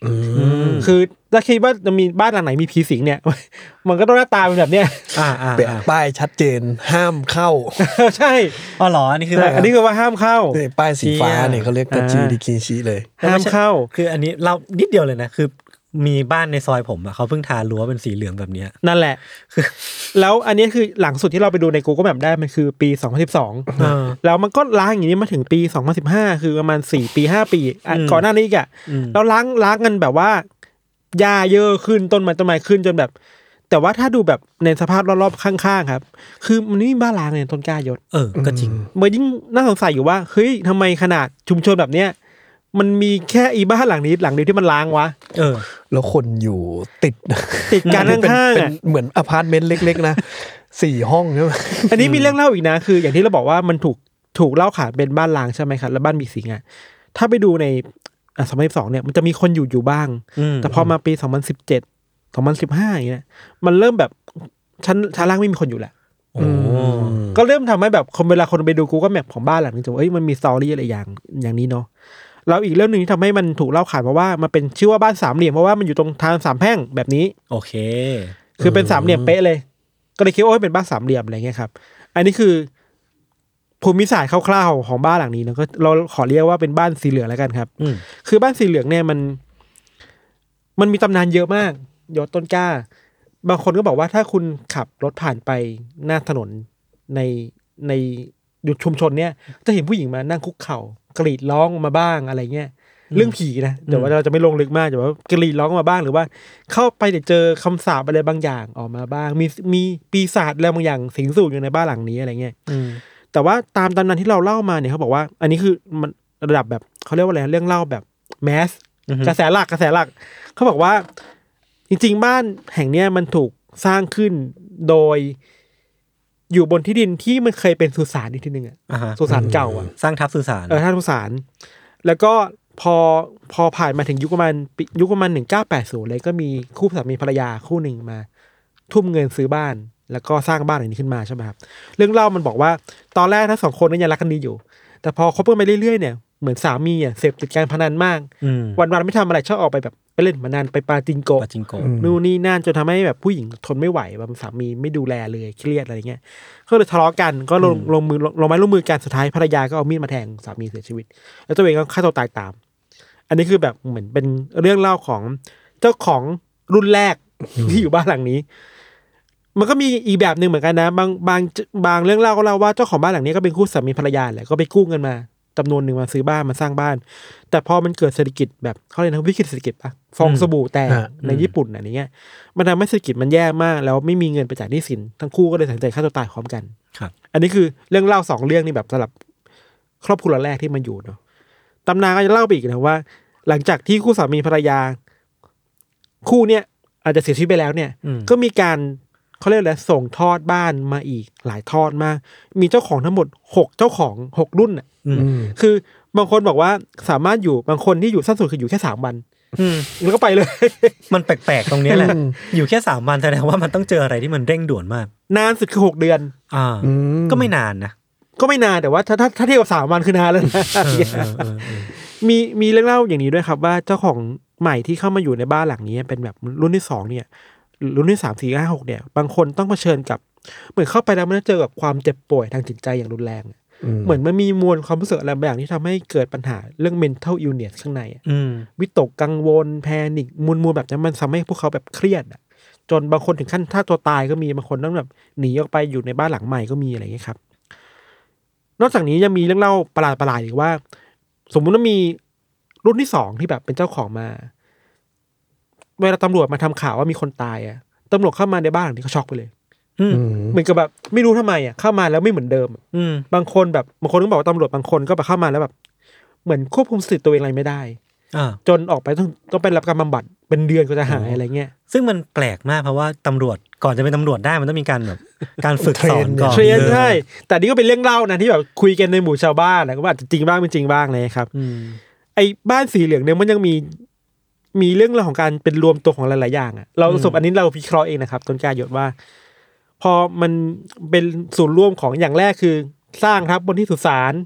คือถ้าคิดว่าจะมีบ้านหลังไหนมีผีสิงเนี่ยมันก็ต้องหน้าตาเป็นแบบเนี้ยอ่าอ่าป้ายชัดเจนห้ามเข้าใช่อ๋อเหรออันนี้คืออันนี้คือว่าห้ามเข้าป้ายสีฟ้าเนี่ยเขาเรียกกาจิดิคิชิเลยห้ามเข้าคืออันนี้เรานิดเดียวเลยนะคือมีบ้านในซอยผมอ่ะเขาเพิ่งทารั้วเป็นสีเหลืองแบบนี้นั่นแหละคือแล้วอันนี้คือหลังสุดที่เราไปดูใน Google Map ได้มันคือปีสองพันสิบสองเออแล้วมันก็ล้างอย่างนี้มาถึงปีสองพันสิบห้าคือประมาณสี่ปีห้าปีก่อนหน้านี้อีกอ่ะแล้วล้างล้างกันแบบว่าหญ้าเยอะขึ้นต้นไม้ต้นไม้ขึ้นจนแบบแต่ว่าถ้าดูแบบในสภาพรอบๆข้างๆครับคือมันไม่มีบ้านล้างในต้นกล้ายศเออก็จริงเมื่อยิ่งน่าสงสัยอยู่ว่าเฮ้ยทำไมขนาดชุมชนแบบเนี้ยมันมีแค่อีบ้านหลังนี้หลังเดียวที่มันล้างวะเออแล้วคนอยู่ติดติดกันข้างๆอ่ะเหมือนอพาร์ตเมนต์เล็กๆนะสี่ห้องใช่ไหมอันนี้มีเรื่องเล่าอีกนะคืออย่างที่เราบอกว่ามันถูกถูกเล่าขานเป็นบ้านล้างใช่ไหมครับแล้วบ้านมีสิงอ่ะถ้าไปดูในอ่ะสองพันสิบสองเนี่ยมันจะมีคนอยู่อยู่บ้างแต่พอมาปีสองพันสิบเจ็ด สองพันสิบห้าอย่างเงี้ยมันเริ่มแบบชั้นชั้นล่างไม่มีคนอยู่แหละก็เริ่มทำให้แบบคนเวลาคนไปดูกูก็แมปของบ้านหลังนึงจะว่าเอ้ยมันมีสตอรี่อะไรอย่างอย่างนี้เนาะแล้วอีกเรื่องนึงที่ทำให้มันถูกเล่าขานเพราะว่ามันเป็นชื่อว่าบ้านสามเหลี่ยมเพราะว่ามันอยู่ตรงทางสามแพร่งแบบนี้โอเคคือเป็นสามเหลี่ยมเป๊ะเลยก็เลยคิดว่าเป็นบ้านสามเหลี่ยมอะไรเงี้ยครับอันนี้คือภูมิศาสตร์คร่าวๆของบ้านหลังนี้นะก็เราขอเรียกว่าเป็นบ้านสีเหลืองแล้วกันครับคือบ้านสีเหลืองเนี่ยมันมันมีตำนานเยอะมากยศต้นกล้าบางคนก็บอกว่าถ้าคุณขับรถผ่านไปหน้าถนนในในอยู่ชุมชนเนี่ยจะเห็นผู้หญิงมานั่งคุกเข่ากรีดร้องมาบ้างอะไรเงี้ยเรื่องผีนะแต่ว่าเราจะไม่ลงลึกมากแต่ว่ากรีดร้องมาบ้างหรือว่าเข้าไปเดี๋ยวเจอคำสาปอะไรบางอย่างออกมาบ้างมีมีปีศาจอะไรบางอย่างสิงสู่อยู่ในบ้านหลังนี้อะไรเงี้ยแต่ว่าตามตำนานที่เราเล่ามาเนี่ยเขาบอกว่าอันนี้คือมันระดับแบบเขาเรียกว่าอะไรเรื่องเล่าแบบแมสกระแสหลักกระแสหลักเขาบอกว่าจริงๆบ้านแห่งเนี้ยมันถูกสร้างขึ้นโดยอยู่บนที่ดินที่มันเคยเป็นสุสานอีกทีนึงอ่ะสุสานเก่าอ่ะสร้างทับสุสานเออทับสุสานแล้วก็พอพอผ่านมาถึงยุคประมาณยุคประมาณหนึ่งเก้าแปดศูนย์เลยก็มีคู่สามีภรรยาคู่หนึ่งมาทุ่มเงินซื้อบ้านแล้วก็สร้างบ้านหลังนี้ขึ้นมาใช่ไหมครับเรื่องเล่ามันบอกว่าตอนแรกทั้งสองคนนั้นยังรักกันดีอยู่แต่พอคบกันไปเรื่อยๆเนี่ยเหมือนสามีอ่ะเสพติดการพนันมากวันๆไม่ทำอะไรชอบออกไปแบบไปเล่นพนันไปปาจิงโกะนู่นนี่นั่นจนทำให้แบบผู้หญิงทนไม่ไหวแบบสามีไม่ดูแลเลยเครียดอะไรเงี้ยก็เลยทะเลาะกันก็ลงลงมือลงไม้ลงมือกันสุดท้ายภรรยาก็เอามีดมาแทงสามีเสียชีวิตแล้วตัวเองก็ฆ่าตัวตายตามอันนี้คือแบบเหมือนเป็นเรื่องเล่าของเจ้าของรุ่นแรกที่อยู่บ้านหลังนี้มันก็มีอีกแบบนึงเหมือนกันนะบางบางบางเรื่องเล่าก็เล่าว่าเจ้าของบ้านหลังนี้ก็เป็นคู่สามีภรรยาแหละก็ไปกู้เงินมาจำนวนหนึ่งมาซื้อบ้านมาสร้างบ้านแต่พอมันเกิดเศรษฐกิจแบบเขาเรียกนะวิกฤตเศรษฐกิจปะฟองสบู่แตกในญี่ปุ่นอะไรเงี้ยมันทำให้เศรษฐกิจมันแย่มากแล้วไม่มีเงินไปจ่ายหนี้สินทั้งคู่ก็เลยตัดสินใจฆ่าตัวตายพร้อมกันครับอันนี้คือเรื่องเล่าสองเรื่องนี่แบบสำหรับครอบครัวแรกที่มันอยู่เนาะตำนานก็จะเล่าไปอีกนะว่าหลังจากที่คู่สามีภรรยาคู่เนี้ยอาจจะเสียชีวิตไปแล้วเนี่ยก็มีการเขาเรียกอะไรส่งทอดบ้านมาอีกหลายทอดมากมีเจ้าของทั้งหมดหกเจ้าของหกรุ่นอ่ะคือบางคนบอกว่าสามารถอยู่บางคนที่อยู่สั้นสุดคืออยู่แค่สามวันแล้วก็ไปเลยมันแปลกๆตรงนี้แหละอยู่แค่สามวันแสดงว่ามันต้องเจออะไรที่มันเร่งด่วนมากนานสุดคือหกเดือนอ่าก็ไม่นานนะก็ไม่นานแต่ว่าถ้าถ้าถ้าเทียบกับสามวันคือนานแล้วนะมีมีเรื่องเล่าอย่างนี้ด้วยครับว่าเจ้าของใหม่ที่เข้ามาอยู่ในบ้านหลังนี้เป็นแบบรุ่นที่สองเนี่ยรุ่นที่สามสี่ห้าหกเนี่ยบางคนต้องเผชิญกับเหมือนเข้าไปแล้วมันจะเจอกับความเจ็บป่วยทางจิตใจอย่างรุนแรงเหมือนมันมีมวลความรู้สึกอะไรบางอย่างที่ทำให้เกิดปัญหาเรื่อง mental illness ข้างในวิตกกังวลแพนิคมวลมวลแบบนี้มันทำให้พวกเขาแบบเครียดจนบางคนถึงขั้นฆ่าตัวตายก็มีบางคนต้องแบบหนีออกไปอยู่ในบ้านหลังใหม่ก็มีอะไรอย่างเงี้ยครับนอกจากนี้ยังมีเรื่องเล่าประหลาดประหลาดอีกว่าสมมุติว่ามีรุ่นที่สองที่แบบเป็นเจ้าของมาเวลาตำรวจมาทำข่าวว่ามีคนตายอ่ะตำรวจเข้ามาในบ้านหลังนี้เขาช็อกไปเลยเหมือนกับแบบไม่รู้ทำไมอ่ะเข้ามาแล้วไม่เหมือนเดิมบางคนแบบบางคนก็บอกว่าตำรวจบางคนก็แบบเข้ามาแล้วแบบเหมือนควบคุมสติตัวเองอะไรไม่ได้จนออกไปต้องต้องไปรับการบำบัดเป็นเดือนก็จะหายอะไรเงี้ยซึ่งมันแปลกมากเพราะว่าตำรวจก่อนจะเป็นตำรวจได้มันต้องมีการแบบการฝึกสอนก่อนเทรนใช่แต่นี่ก็เป็นเรื่องเล่านะที่แบบคุยกันในหมู่ชาวบ้านนะก็อาจจะจริงบ้างไม่จริงบ้างเลยครับไอ้บ้านสีเหลืองเนี่ยมันยังมีมีเรื่องราวของการเป็นรวมตัวของหลายๆอย่างอ่ะเราสมอันนี้เราวิเคราะห์เองนะครับต้นกล้ายศว่าพอมันเป็นศูนย์ร่วมของอย่างแรกคือสร้างครับบนที่สุสาน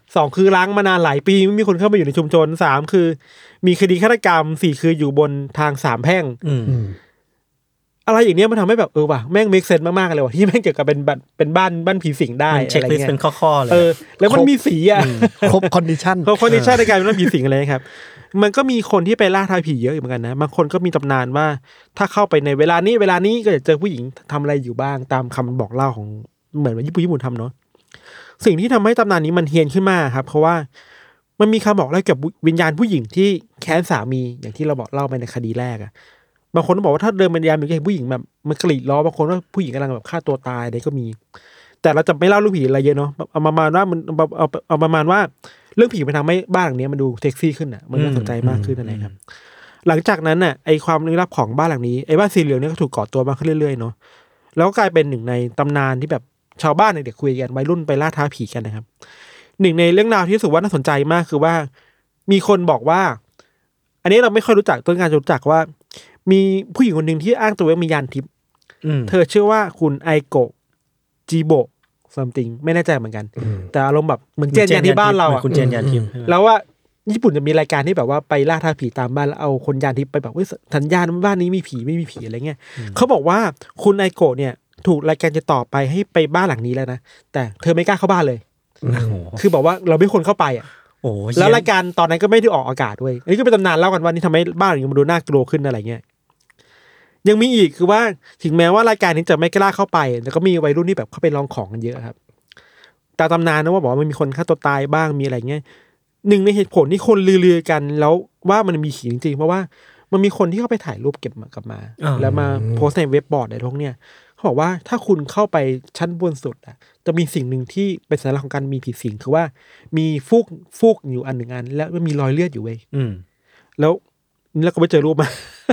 สองคือล้างมานานหลายปีไม่มีคนเข้ามาอยู่ในชุมชนสามคือมีคดีฆาตกรรมสี่คืออยู่บนทางสามแพร่งอะไรอย่างเนี้ยมันทำให้แบบเออว่ะแม่งเมคเซนส์มากๆเลยว่ะที่แม่งเกี่ยวกับเป็นบ้านเป็นบ้านบ้านผีสิงได้เช็คลิสต์เป็นข้อๆเลยเออแล้วมันมีสีอ่ะครบคอนดิชั่นครบคอนดิชั่นในการเป็นบ้านผีสิงอะไรครับมันก็มีคนที่ไปล่าท้าผีเยอะเหมือนกันนะบางคนก็มีตำนานว่าถ้าเข้าไปในเวลานี้เวลานี้ก็จะเจอผู้หญิงทำอะไรอยู่บ้างตามคำบอกเล่าของเหมือนว่าญี่ปุ่นญี่ปุ่นทำเนาะสิ่งที่ทำให้ตำนานนี้มันเฮี้ยนขึ้นมาครับเพราะว่ามันมีคำบอกเล่าเกี่ยวกับวิญญาณผู้หญิงที่แค้นสามีอย่างที่เราบอกเล่าไปในคดีแรกอะบางคนก็บอกว่าถ้าเดินเป็นวิญญาณมันก็เห็นผู้หญิงแบบมันกรีดร้องบางคนว่าผู้หญิงกำลังแบบฆ่าตัวตายอะไรก็มีแต่เราจะไม่เล่าเรื่องผีอะไรเยอะเนาะเอาประมาณว่ามันเอาเอาประมาณว่าเรื่องผีมันทำให้บ้านหลังนี้มันดูเซ็กซี่ขึ้นอ่ะมันน่าสนใจมากขึ้นอะไรครับหลังจากนั้นน่ะไอความลึกลับของบ้านหลังนี้ไอบ้านสีเหลืองเนี่ยก็ถูกก่อตัวมากขึ้นเรื่อยๆเนาะแล้วก็กลายเป็นหนึ่งในตำนานที่แบบชาวบ้านเด็กๆคุยกันวัยรุ่นไปล่าท้าผีกันนะครับหนึ่งในเรื่องราวที่รู้สึกว่าน่าสนใจมากคือว่ามีคนบอกว่าอันนี้เราไม่ค่อยรู้จักต้นการรู้จักว่ามีผู้หญิงคนหนึ่งที่อ้างตัวว่ามียานทิพย์เธอชื่อว่าคุณไอโกะจิโบะsomething ไม่แน่ใจเหมือนกันแต่อารมณ์แบบเหมือนเจนยานที่บ้านเราอ่ะคุณเจนยานทิพย์แล้วว่าญี่ปุ่นจะมีรายการที่แบบว่าไปล่าท้าผีตามบ้านแล้วเอาคนยานทิพย์ไปแบบว่าสัญญาณบ้านนี้มีผีไม่มีผีอะไรเงี้ยเขาบอกว่าคุณไอโกะเนี่ยถูกรายการจะต่อไปให้ไปบ้านหลังนี้แล้วนะแต่เธอไม่กล้าเข้าบ้านเลยคือบอกว่าเราไม่ควรเข้าไปอ่ะแล้วรายการตอนนั้นก็ไม่ได้ออกอากาศด้วยอันนี้ก็เป็นตำนานเล่ากันว่านี่ทำให้บ้านมันดูน่ากลัวขึ้นอะไรเงี้ยยังมีอีกคือว่าถึงแม้ว่ารายการนี้จะไม่กล้าเข้าไปแต่ก็มีวัยรุ่นที่แบบเข้าไปลองของกันเยอะครับตามตำนานนะว่าบอกว่ามันมีคนฆ่าตัวตายบ้างมีอะไรเงี้ยหนึ่งในเหตุผลที่คนลือๆกันแล้วว่ามันมีผีจริงๆเพราะว่ามันมีคนที่เข้าไปถ่ายรูปเก็บมากลับมาแล้วมาโพสในเว็บบอร์ดอะไรพวกเนี้ยเขาบอกว่าถ้าคุณเข้าไปชั้นบนสุดอ่ะจะมีสิ่งหนึ่งที่เป็นสัญลักษณ์ของการมีผีสิงคือว่ามีฟูกฟูกอยู่อันหนึ่งอันแล้วมันมีรอยเลือดอยู่เว้ยแล้วนี่เราก็ไปเจอรูปมา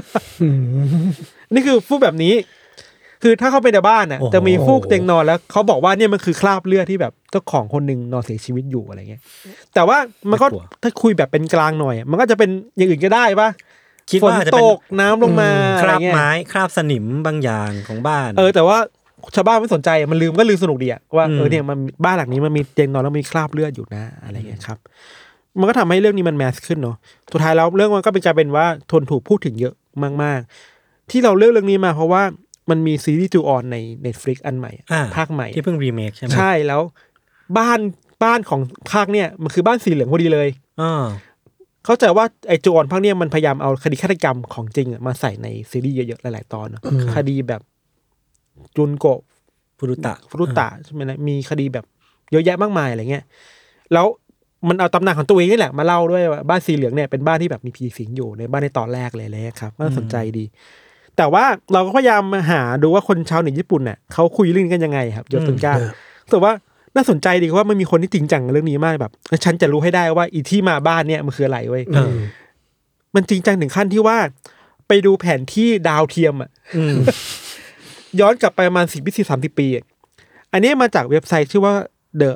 นี่คือฟูกแบบนี้คือถ้าเข้าไปในบ้านน่ะจะมีฟูกเตียงนอนแล้วเขาบอกว่าเนี่ยมันคือคราบเลือดที่แบบเจ้าของคนหนึ่งนอนเสียชีวิตอยู่อะไรเงี้ยแต่ว่ามันก็ถ้าคุยแบบเป็นกลางหน่อยมันก็จะเป็นอย่างอื่นก็ได้ป่ะคิดว่าจะตกน้ำลงมาคราบไม้คราบสนิมบางอย่างของบ้านเออแต่ว่าชาวบ้านไม่สนใจมันลืมก็ลืมสนุกดีอะว่าเออเนี่ยมันบ้านหลังนี้มันมีเตียงนอนแล้วมีคราบเลือดอยู่นะอะไรเงี้ยครับมันก็ทำให้เรื่องนี้มันแมสขึ้นเนาะสุดท้ายแล้วเรื่องมันก็เป็นกลายเป็นว่าทนถูกพูดถึงเยอะมากๆที่เราเลือกเรื่องนี้มาเพราะว่ามันมีซีรีส์จูออนใน Netflix อันใหม่ภาคใหม่ที่เพิ่งรีเมคใช่ไหมใช่แล้วบ้านบ้านของภาคเนี่ยมันคือบ้านสีเหลืองพอดีเลยอ่าเข้าใจว่าไอ้จูออนภาคเนี่ยมันพยายามเอาคดีฆาตกรรมของจริงมาใส่ในซีรีส์เยอะๆหลายๆตอนคดีแบบจุนโกะฟุรุตะฟุรุตะใช่ไหมนะมีคดีแบบเยอะแยะมากมายอะไรเงี้ยแล้วมันเอาตำนานของตัวเองนี่แหละมาเล่าด้วยว่าบ้านสีเหลืองเนี่ยเป็นบ้านที่แบบมีผีสิงอยู่ในบ้านในตอนแรกเลยเลยครับน่าสนใจดีแต่ว่าเราก็พยายามมาหาดูว่าคนชาวเน็ตญี่ปุ่นเนี่ยเขาคุยเรื่องกันยังไงครับยศตุนก้าแต่ว่าน่าสนใจดีว่ามันมีคนที่จริงจังเรื่องนี้มากแบบฉันจะรู้ให้ได้ว่าอีที่มาบ้านเนี่ยมันคืออะไรเว้ยมันจริงจังถึงขั้นที่ว่าไปดูแผนที่ดาวเทียมอ่ะย้อนกลับไปประมาณสิบปีสามสิบปีอันนี้มาจากเว็บไซต์ชื่อว่า the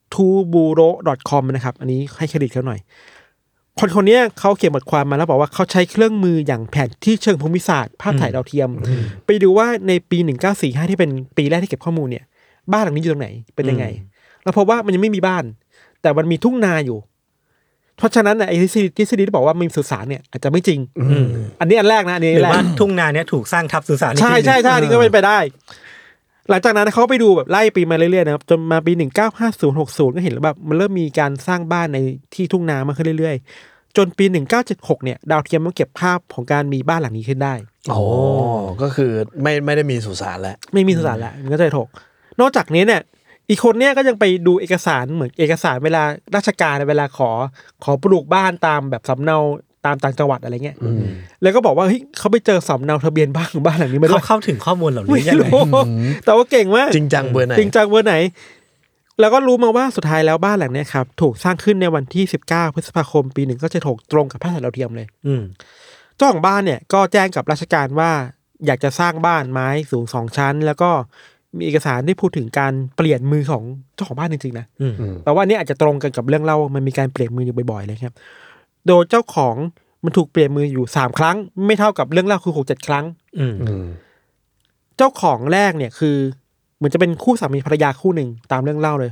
tuburo dot com นะครับอันนี้ให้เครดิตเขาหน่อยคนคนนี้เขาเขียนบทความมาแล้วบอกว่าเขาใช้เครื่องมืออย่างแผนที่เชิงภูมิศาสตร์ภาพถ่ายดาวเทียมไปดูว่าในปีหนึ่งพันเก้าร้อยสี่สิบห้าที่เป็นปีแรกที่เก็บข้อมูลเนี่ยบ้านหลังนี้อยู่ตรงไหนเป็นยังไงแล้วพบว่ามันยังไม่มีบ้านแต่มันมีทุ่งนาอยู่เพราะฉะนั้นไอ้ทฤษฎีทฤษฎีที่บอกว่ามีสุสานเนี่ยอาจจะไม่จริงอันนี้อันแรกนะอันนี้แรกหรือว่าทุ่งนาเนี่ยถูกสร้างทับสุสานใช่ใช่ใช่นี่ก็เป็นไปได้หลังจากนั้นเขาไปดูแบบไล่ปีมาเรื่อยๆนะครับจนมาปีหนึ่งเก้าห้าศูนย์หกศูนย์ก็เห็นแล้วแบบมันเริ่มมีการสร้างบ้านในที่ทุ่งนามาขึ้นเรื่อยๆจนปีหนึ่งเก้าเจ็ดหกเนี่ยดาวเทียมมันเก็บภาพของการมีบ้านหลังนี้ขึ้นได้โอ้ก็คือไม่ไม่ได้มีสุสานแล้วไม่มีสุสานแล้วมันก็จะถกนอกจากนี้เนี่ยอีกคนเนี่ยก็ยังไปดูเอกสารเหมือนเอกสารเวลาราชการเวลาขอขอปลูกบ้านตามแบบสำเนาตามต่างจังหวัดอะไรเงี้ยแล้วก็บอกว่าเฮ้ยเขาไปเจอสำเนาทะเบียนบ้านของบ้านหลังนี้มาด้วยเขาเข้าถึงข้อมูลเหล่านี้ยังไงแต่ว่าเก่งมากจริงจังเบอร์ไหนจริงจังเบอร์ไหนแล้วก็รู้มาว่าสุดท้ายแล้วบ้านหลังนี้ครับถูกสร้างขึ้นในวันที่สิบเก้าพฤษภาคมปีหนึ่งก็จะถูกตรงกับภาพถ่ายดาวเทียมเลยเจ้าของบ้านเนี่ยก็แจ้งกับราชการว่าอยากจะสร้างบ้านไม้สูงสองชั้นแล้วก็มีเอกสารที่พูดถึงการเปลี่ยนมือของเจ้าของบ้านจริงๆนะแปลว่านี่อาจจะตรงกันกับเรื่องเล่ามันมีการเปลี่ยนมืออยู่บ่อยๆเลยครับโดยเจ้าของมันถูกเปลี่ยนมืออยู่สามครั้งไม่เท่ากับเรื่องเล่าคือหกเจ็ดครั้งเจ้าของแรกเนี่ยคือเหมือนจะเป็นคู่สามีภรรยาคู่หนึ่งตามเรื่องเล่าเลย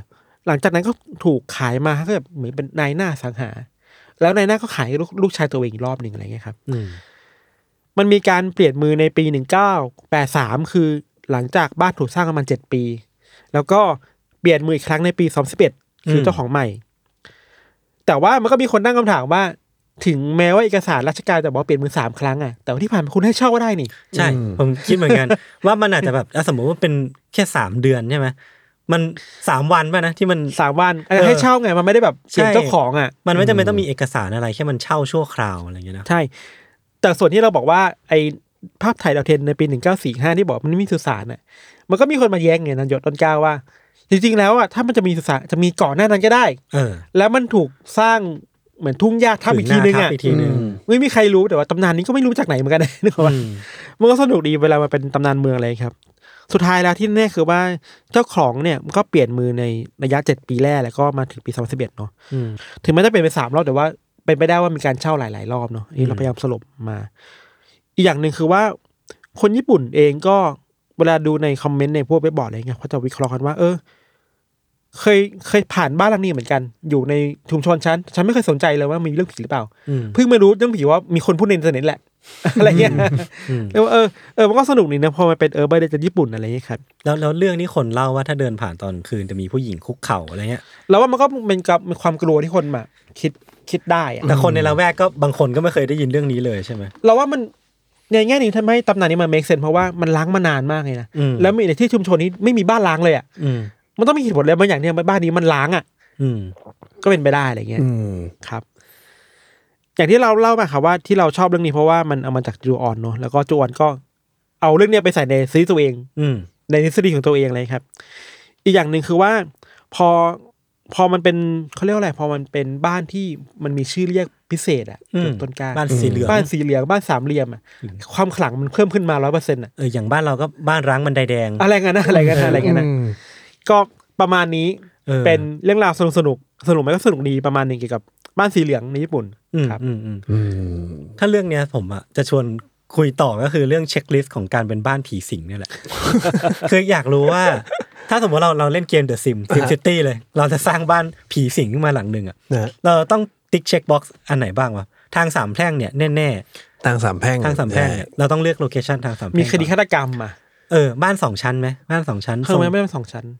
หลังจากนั้นก็ถูกขายมาก็แบบเหมือนเป็นนายหน้าสังหาแล้วนายหน้าก็ขายลูกลูกชายตัวเองอีกรอบหนึ่งอะไรเงี้ยครับมันมีการเปลี่ยนมือในปีหนึ่งเก้าแปดสามคือหลังจากบ้านถูกสร้างประมาณเจ็ดปีแล้วก็เปลี่ยนมืออีกครั้งในปีสองพันสิบเอ็ดคือเจ้าของใหม่แต่ว่ามันก็มีคนตั้งคำถามว่าถึงแม้ว่าเอกสารราชการจะบอกเปลี่ยนมือสามครั้งอ่ะแต่ว่าที่ผ่านมาคุณให้เช่าก็ได้นี่ใช่ผมคิดเหมือนกันว่ามันอาจจะแบบสมมติว่าเป็นแค่สามเดือนใช่ไหมมันสามวันป่ะนะที่มันสามวันให้เช่าไงมันไม่ได้แบบเปลี่ยนเจ้าของอ่ะมันไม่จำเป็นต้องมีเอกสารอะไรแค่มันเช่าชั่วคราวอะไรอย่างเงี้ยนะใช่แต่ส่วนที่เราบอกว่าไอ้ภาพถ่ายดาวเทียมในปีหนึ่งเก้าสี่ห้าที่บอกมันไม่มีสุสานอ่ะมันก็มีคนมาแย้งไงนันยศต้นกล้าว่าจริงๆแล้วอ่ะถ้ามันจะมีสุสานจะมีก่อนหน้านั้นก็ได้เออแล้วมันถูกสร้างเหมือนทุ่งหญ้าทับอีกทีนึงอ่ะไม่มีใครรู้แต่ว่าตำนานนี้ก็ไม่รู้จากไหนเหมือนกันนึกว่ามันก็สนุกดีเวลามันเป็นตำนานเมืองอะไรครับสุดท้ายแล้วที่แน่คือว่าเจ้าของเนี่ยมันก็เปลี่ยนมือในระยะเจ็ดปีแรกแล้วก็มาถึงปีสองพันสิบเอ็ดเนาะถึงแม้จะเปลี่ยนไปสามรอบแต่ว่าเป็นไปได้ว่ามีการเช่าหลายๆรอบเนาะนี่เราพยายามสรุปมาอีกอย่างหนึ่งคือว่าคนญี่ปุ่นเองก็เวลาดูในคอมเมนต์ในพวกเว็บบอร์ดอะไรเงี้ยเขาจะวิเคราะห์กันว่าเออเคยเคยผ่านบ้านหลังนี้เหมือนกันอยู่ในชุมชนฉันฉันไม่เคยสนใจเลยว่ามีเรื่องผีหรือเปล่าเพิ่งมารู้เรื่องผีว่ามีคนพูดในอินเทอร์เน็ตแหละอะไรเงี้ยแล้วเออเออมันก็สนุกดีนะพอมันเป็นเออร์เบอร์เดนญี่ปุ่นอะไรเงี้ยครับแล้วแล้วเรื่องนี้คนเล่าว่าถ้าเดินผ่านตอนคืนจะมีผู้หญิงคุกเข่าอะไรเงี้ยแล้วว่ามันก็เป็นกับเป็นความกลัวที่คนมาคิดคิดได้อะแต่คนในละแวกก็บางคนก็ไม่เคยได้ยินเรื่องนี้เลยใช่ไหมเราว่ามันในแง่นึงทำให้ตำนานนี้มันเมคเซนส์เพราะว่ามันล้างมานานมากเลยนะแล้วมีในที่ชุมชนนี้ไม่มีบ้านล้างเลยอ่ะมันต้องมีเหตุผลอะไรบางอย่างเนี่ยบ้านนี้มันล้างอ่ะก็เป็นไปได้อะไรเงี้ยครับอย่างที่เราเล่ามาครับว่าที่เราชอบเรื่องนี้เพราะว่ามันเอามาจากจูออนเนาะแล้วก็จูออนก็เอาเรื่องนี้ไปใส่ในซีรีส์ตัวเองในทฤษฎีของตัวเองเลยครับอีกอย่างหนึ่งคือว่าพอพอมันเป็นเขาเรียกว่าอะไรพอมันเป็นบ้านที่มันมีชื่อเรียกพิเศษอ่ะต้นกล้าบ้านสีเหลืองบ้านสีเหลืองบ้านสามเหลี่ยมอ่ะความขลังมันเพิ่มขึ้นมาร้อยเปอร์เซ็นต์อ่ะเอออย่างบ้านเราก็บ้านร้างบันไดแดงอะไรกันนะอะไรกันนะอะไรกันนะก็ประมาณนี้เป็นเรื่องราวสนุกสนุกสนุกไหมก็สนุกดีประมาณนึงเกี่ยวกับบ้านสีเหลืองในญี่ปุ่นครับถ้าเรื่องเนี้ยผมอ่ะจะชวนคุยต่อก็คือเรื่องเช็คลิสต์ของการเป็นบ้านผีสิงเนี่ยแหละ คืออยากรู้ว่าถ้าสมมติเราเราเล่นเกม The Sim Sim City เลยเราจะสร้างบ้านผีสิงขึ้นมาหลังนึงอ่ะเราต้องติ๊กเช็คบ็อกซ์อันไหนบ้างวะทางสามแพร่งเนี่ยแน่ๆทางสามแพร่งทางสามแพร่งเนี่ยเราต้องเลือกโลเคชั่นทางสามแพร่งมีคดีฆาตกรรมอ่ะเออบ้านสองชั้นมั้ยบ้านสองชั้นทำไมไม่เป็นสองชั้น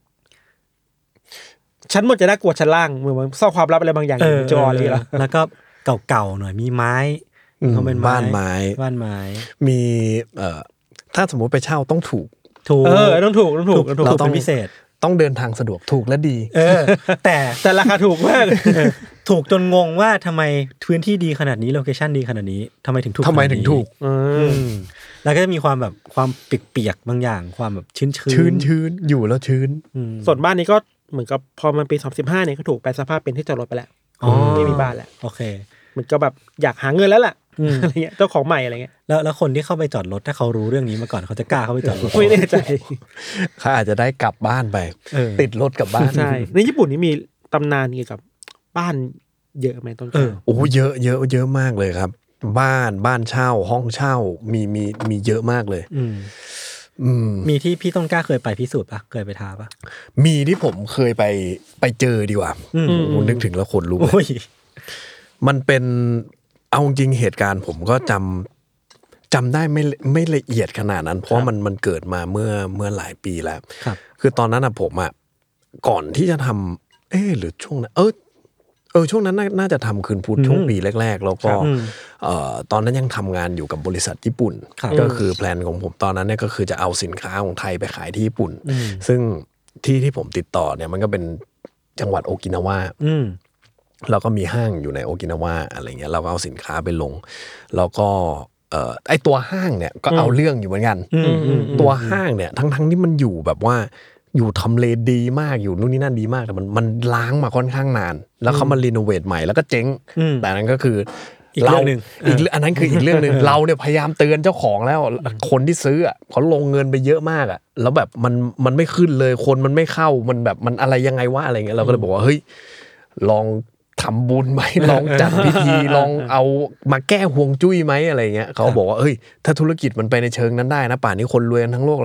ชั้นบนจะน่ากลัวชั้นล่างเหมือนซ่อนความลับอะไรบางอย่างอยู่จอเลยแล้วแล้วก็เก่าๆหน่อยมีไม้เขาเป็นบ้านไม้บ้านไม้มีเอ่อถ้าสมมุติไปเช่าต้องถูกถูกเออต้องถูกต้องถูกต้องถูกเราต้องพิเศษต้องเดินทางสะดวกถูกและดีเออแต่แต่ราคาถูกมากถูกจนงงว่าทำไมพื้นที่ดีขนาดนี้โลเคชั่นดีขนาดนี้ทำไมถึงถูกทำไมถึงถูกแล้วก็จะมีความแบบความเปียกๆบางอย่างความแบบชื้นๆชื้นๆอยู่แล้วชื้นส่วนบ้านนี้ก็เหมือนกับพอมันปีสองพันสิบห้าเนี่ยก็ถูกแปลสภาพเป็นที่จอดรถไปแล้วไม่มีบ้านแล้วโอเคเหมือนก็แบบอยากหาเงินแล้วล่ะอะไรเงี้ยเจ้าของใหม่อะไรเงี้ยแล้วแล้วคนที่เข้าไปจอดรถถ้าเขารู้เรื่องนี้มาก่อนเขาจะกล้าเข้าไปจอดรถไม่แน่ใจเขาอาจจะได้กลับบ้านไปติดรถกลับบ้านใช่ในญี่ปุ่นนี่มีตำนานเกี่ยวกับบ้านเยอะไหมต้นเออโอ้เยอะเยอะเยอะมากเลยครับบ้านบ้านเช่าห้องเช่ามีมีมีเยอะมากเลยมีที่พี่ต้นกล้าเคยไปพิสูจน์ปะเคยไปท้าปะมีที่ผมเคยไปไปเจอดีกว่าผมนึกถึงแล้วขนลุกเลยมันเป็นเอาจริงเหตุการณ์ผมก็จำจำได้ไม่ไม่ละเอียดขนาดนั้นเพราะมันมันเกิดมาเมื่อเมื่อหลายปีแล้วคือตอนนั้นอะผมอะก่อนที่จะทำเออหรือช่วงนั้นเออเออช่วงนั้นน่าจะทำคืนพุธช่วงปีแรกๆแล้วก็เอ่อตอนนั้นยังทำงานอยู่กับบริษัทญี่ปุ่นก็คือแพลนของผมตอนนั้นเนี่ยก็คือจะเอาสินค้าของไทยไปขายที่ญี่ปุ่นซึ่งที่ที่ผมติดต่อเนี่ยมันก็เป็นจังหวัดโอกินาวาแล้วก็มีห้างอยู่ในโอกินาวาอะไรเงี้ยเราก็เอาสินค้าไปลงแล้วก็เอ่อไอตัวห้างเนี่ยก็เอาเรื่องอยู่เหมือนกันตัวห้างเนี่ยทั้งๆที่มันอยู่แบบว่าอยู่ทำเลดีมากอยู่นู่นนี่นั่นดีมากแต่มันมันล้างมาค่อนข้างนานแล้วเขามารีโนเวทใหม่แล้วก็เจ๊งแต่นั้นก็คืออีกเรื่องนึงอีกอันนั้นคืออีกเรื่องนึงเราเนี่ยพยายามเตือนเจ้าของแล้วคนที่ซื้ออ่ะเขาลงเงินไปเยอะมากอ่ะแล้วแบบมันมันไม่ขึ้นเลยคนมันไม่เข้ามันแบบมันอะไรยังไงวะอะไรเงี้ยเราก็เลยบอกว่าเฮ้ยลองทำบุญไหมลองจัดพิธีลองเอามาแก้ห่วงจุ้ยไหมอะไรเงี้ยเขาบอกว่าเฮ้ยถ้าธุรกิจมันไปในเชิงนั้นได้นะป่านนี้คนรวยกันทั้งโลกแล้ว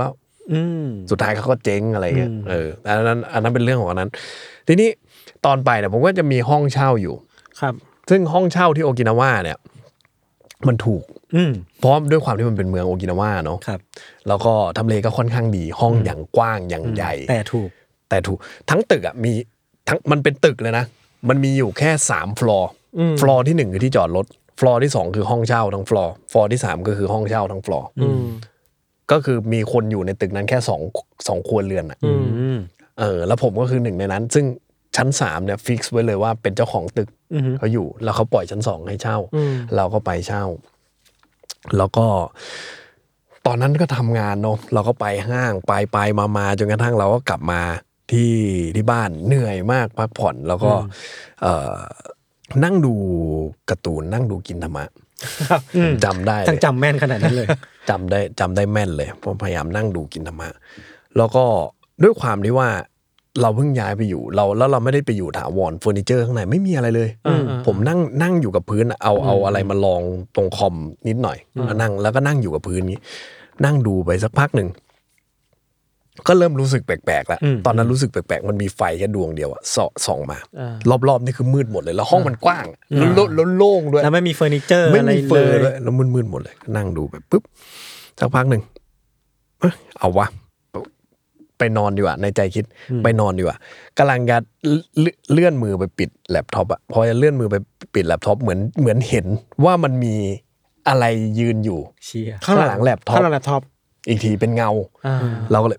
สุดท้ายเขาก็เจ๊งอะไรเงี้ยเอออันนั้นอันนั้นเป็นเรื่องของอันนั้นทีนี้ตอนไปเนี่ยผมก็จะมีห้องเช่าอยู่ครับซึ่งห้องเช่าที่โอกินาวาเนี่ยมันถูกเพราะด้วยความที่มันเป็นเมืองโอกินาวาเนาะแล้วก็ทำเลก็ค่อนข้างดีห้องอย่างกว้างอย่างใหญ่แต่ถูกแต่ถูกทั้งตึกอ่ะมีทั้งมันเป็นตึกเลยนะมันมีอยู่แค่สามฟลอร์ฟลอร์ที่หนึ่งคือที่จอดรถฟลอร์ที่สองคือห้องเช่าทั้งฟลอร์ฟลอร์ที่สามก็คือห้องเช่าทั้งฟลอร์ก็คือมีคนอยู่ในตึกนั้นแค่สองสองครัวเรือนอ่ะเออแล้วผมก็คือหนึ่งในนั้นซึ่งชั้นสามเนี่ยฟิกซ์ไว้เลยว่าเป็นเจ้าของตึกเขาอยู่แล้วเขาปล่อยชั้นสองให้เช่าเราก็ไปเช่าแล้วก็ตอนนั้นก็ทำงานเนาะเราก็ไปห้างไปไปมามาจนกระทั่งเราก็กลับมาที่ที่บ้านเหนื่อยมากพักผ่อนแล้วก็เอ่อนั่งดูการ์ตูนนั่งดูกินธรรมะจำได้ทั้งจำแม่นขนาดนั้นเลยจำได้จำได้แม่นเลยผมพยายามนั่งดูกินธรรมะแล้วก็ด้วยความที่ว่าเราเพิ่งย้ายไปอยู่เราแล้วเราไม่ได้ไปอยู่ถาวรเฟอร์นิเจอร์ข้างในไม่มีอะไรเลยผมนั่งนั่งอยู่กับพื้นเอาเอาอะไรมาลองตรงคอมนิดหน่อยนั่งแล้วก็นั่งอยู่กับพื้นนี้นั่งดูไปสักพักหนึ่งก็เริ่มรู้สึกแปลกๆแล้วตอนนั้นรู้สึกแปลกๆมันมีไฟแค่ดวงเดียวอะส่องมารอบๆนี่คือมืดหมดเลยแล้วห้องมันกว้างแล้วโล่งด้วยแล้วไม่มีเฟอร์นิเจอร์ไม่มีเฟอร์ด้วยแล้วมืดๆหมดเลยนั่งดูไปปุ๊บสักพักหนึ่งเอาวะไปนอนดีกว่าในใจคิดไปนอนดีกว่ากำลังจะเลื่อนมือไปปิดแล็ปท็อปอะพอจะเลื่อนมือไปปิดแล็ปท็อปเหมือนเหมือนเห็นว่ามันมีอะไรยืนอยู่ข้างหลังแล็ปท็อปข้างหลังแล็ปท็อปอีกทีเป็นเงาเราก็เลย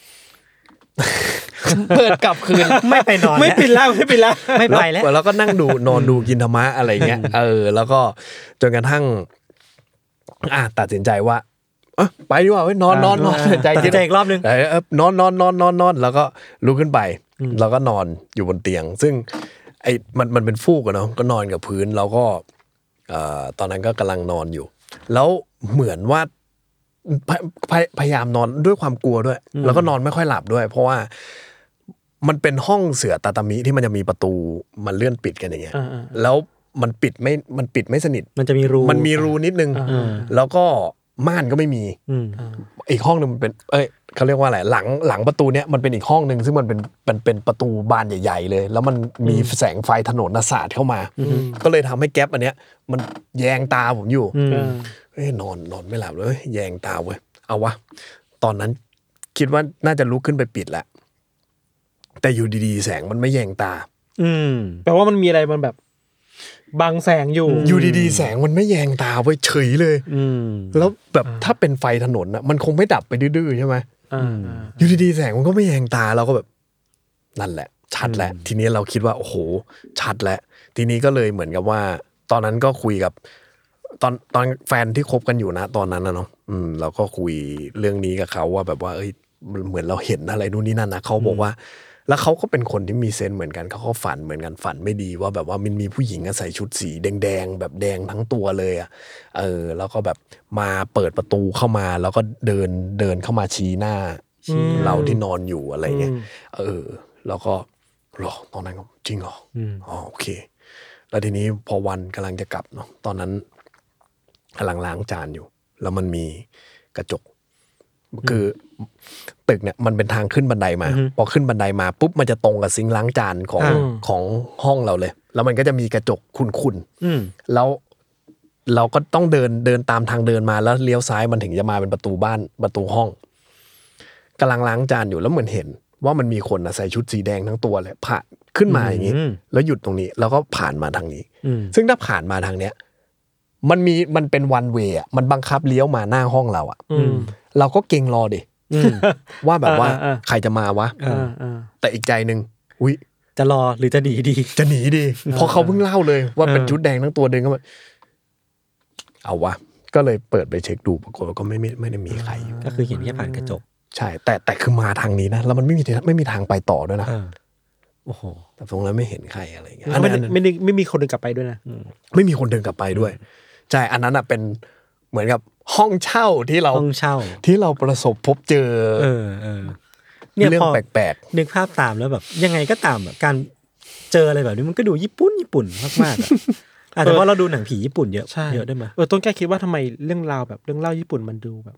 เปิดกลับคืนไม่ไปนอนไม่ปิดแล้วไม่ปิดแล้วไม่ไปแล้วแล้วก็นั่งดูนอนดูกินธรรมะอะไรเงี้ยเออแล้วก็จนกระทั่งอ่ะตัดสินใจว่าอ่ะไปดีกว่าเว้ยนอนนอนนอนใจคิดอีกรอบนึงเออนอนนอนนอนนอนนอนแล้วก็ลุกขึ้นไปแล้วก็นอนอยู่บนเตียงซึ่งไอ้มันมันเป็นฟูกอะเนาะก็นอนกับพื้นแล้วก็เอ่อตอนนั้นก็กำลังนอนอยู่แล้วเหมือนว่าพยายามนอนด้วยความกลัวด้วยแล้วก็นอนไม่ค่อยหลับด้วยเพราะว่ามันเป็นห้องเสื่อตาตามิที่มันจะมีประตูมันเลื่อนปิดกันอย่างเงี้ยแล้วมันปิดไม่มันปิดไม่สนิทมันจะมีรูมันมีรูนิดนึงแล้วก็ม่านก็ไม่มีอีกห้องนึงมันเป็นเอ้ยเขาเรียกว่าอะไรหลังหลังประตูเนี้ยมันเป็นอีกห้องนึงซึ่งมันเป็นมันเป็นประตูบานใหญ่ๆเลยแล้วมันมีแสงไฟถนนสาดเข้ามาก็เลยทำให้แก๊ปอันเนี้ยมันแยงตาผมอยู่เอ้ยนอนนอนไม่หลับเลยแยงตาเว้ยเอาวะตอนนั้นคิดว่าน่าจะลุกขึ้นไปปิดแล้วแต่อยู่ดีๆแสงมันไม่แยงตาอืมแปลว่ามันมีอะไรมันแบบบังแสงอยู่อยู่ดีๆแสงมันไม่แยงตาเว้ยเฉยเลยแล้วแบบถ้าเป็นไฟถนนน่ะมันคงไม่ดับไปดื้อๆใช่ไหมอยู่ดีๆแสงมันก็ไม่แยงตาเราก็แบบนั่นแหละชัดแหละทีนี้เราคิดว่าโอ้โหชัดแล้วทีนี้ก็เลยเหมือนกับว่าตอนนั้นก็คุยกับตอนตอนแฟนที่คบกันอยู่นะตอนนั้นนะเนาะอืมเราก็คุยเรื่องนี้กับเขาว่าแบบว่าเอ้ยเหมือนเราเห็นอะไรนู่นนี่นั่นนะเขาบอกว่าแล้วเขาก็เป็นคนที่มีเซนส์เหมือนกันเขาก็ฝันเหมือนกันฝันไม่ดีว่าแบบว่ามันมีผู้หญิงใส่ชุดสีแดงๆแบบแดงทั้งตัวเลยอ่ะเออแล้วก็แบบมาเปิดประตูเข้ามาแล้วก็เดินเดินเข้ามาชี้หน้าเราที่นอนอยู่อะไรเงี้ยเออแล้วก็หรอตอนนั้นก็จริงเหรออ๋อโอเคแล้วทีนี้พอวันกำลังจะกลับเนาะตอนนั้นกำลังล้างจานอยู่แล้วมันมีกระจกคือตึกเนี่ยมันเป็นทางขึ้นบันไดมาพอขึ้นบันไดมาปุ๊บมันจะตรงกับซิงค์ล้างจานของของห้องเราเลยแล้วมันก็จะมีกระจกขุ่นๆแล้วเราก็ต้องเดินเดินตามทางเดินมาแล้วเลี้ยวซ้ายมันถึงจะมาเป็นประตูบ้านประตูห้องกำลังล้างจานอยู่แล้วเหมือนเห็นว่ามันมีคนใส่ชุดสีแดงทั้งตัวเลยผ่านขึ้นมาอย่างนี้แล้วหยุดตรงนี้แล้วก็ผ่านมาทางนี้ซึ่งถ้าผ่านมาทางเนี้ยมันมีมันเป็นวันเวย์อ่ะมันบังคับเลี้ยวมาหน้าห้องเราอ่ะเราก็เก่งรอดิว่าแบบว่าใครจะมาวะแต่อีกใจนึงอุ๊ยจะรอหรือจะหนีดีจะหนีดีเพราะเขาเพิ่งเล่าเลยว่าเป็นชุดแดงทั้งตัวเดินเข้ามาเอาวะก็เลยเปิดไปเช็คดูปรากฏว่าก็ไม่ไม่ไม่ได้มีใครอยู่ก็คือเห็นแค่ผ่านกระจกใช่แต่แต่คือมาทางนี้นะแล้วมันไม่มีไม่มีทางไปต่อด้วยนะโอ้โหแต่ตรงนั้นไม่เห็นใครอะไรเงี้ยไม่ไม่ไม่มีคนเดินกลับไปด้วยนะไม่มีคนเดินกลับไปด้วยใช่อันนั้นอ่ะเป็นเหมือนกับห้องเช่าที่เราห้องเช่าที่เราประสบพบเจอเออเออเนี่ยเรื่องแปลกๆนึกภาพตามแล้วแบบยังไงก็ตามแบบการเจออะไรแบบนี้มันก็ดูญี่ปุ่นญี่ปุ่นมากๆอ่ะอาจจะเพราะเราดูหนังผีญี่ปุ่นเยอะเยอะได้มั้ยเออต้นแก้คิดว่าทำไมเรื่องราวแบบเรื่องเล่าญี่ปุ่นมันดูแบบ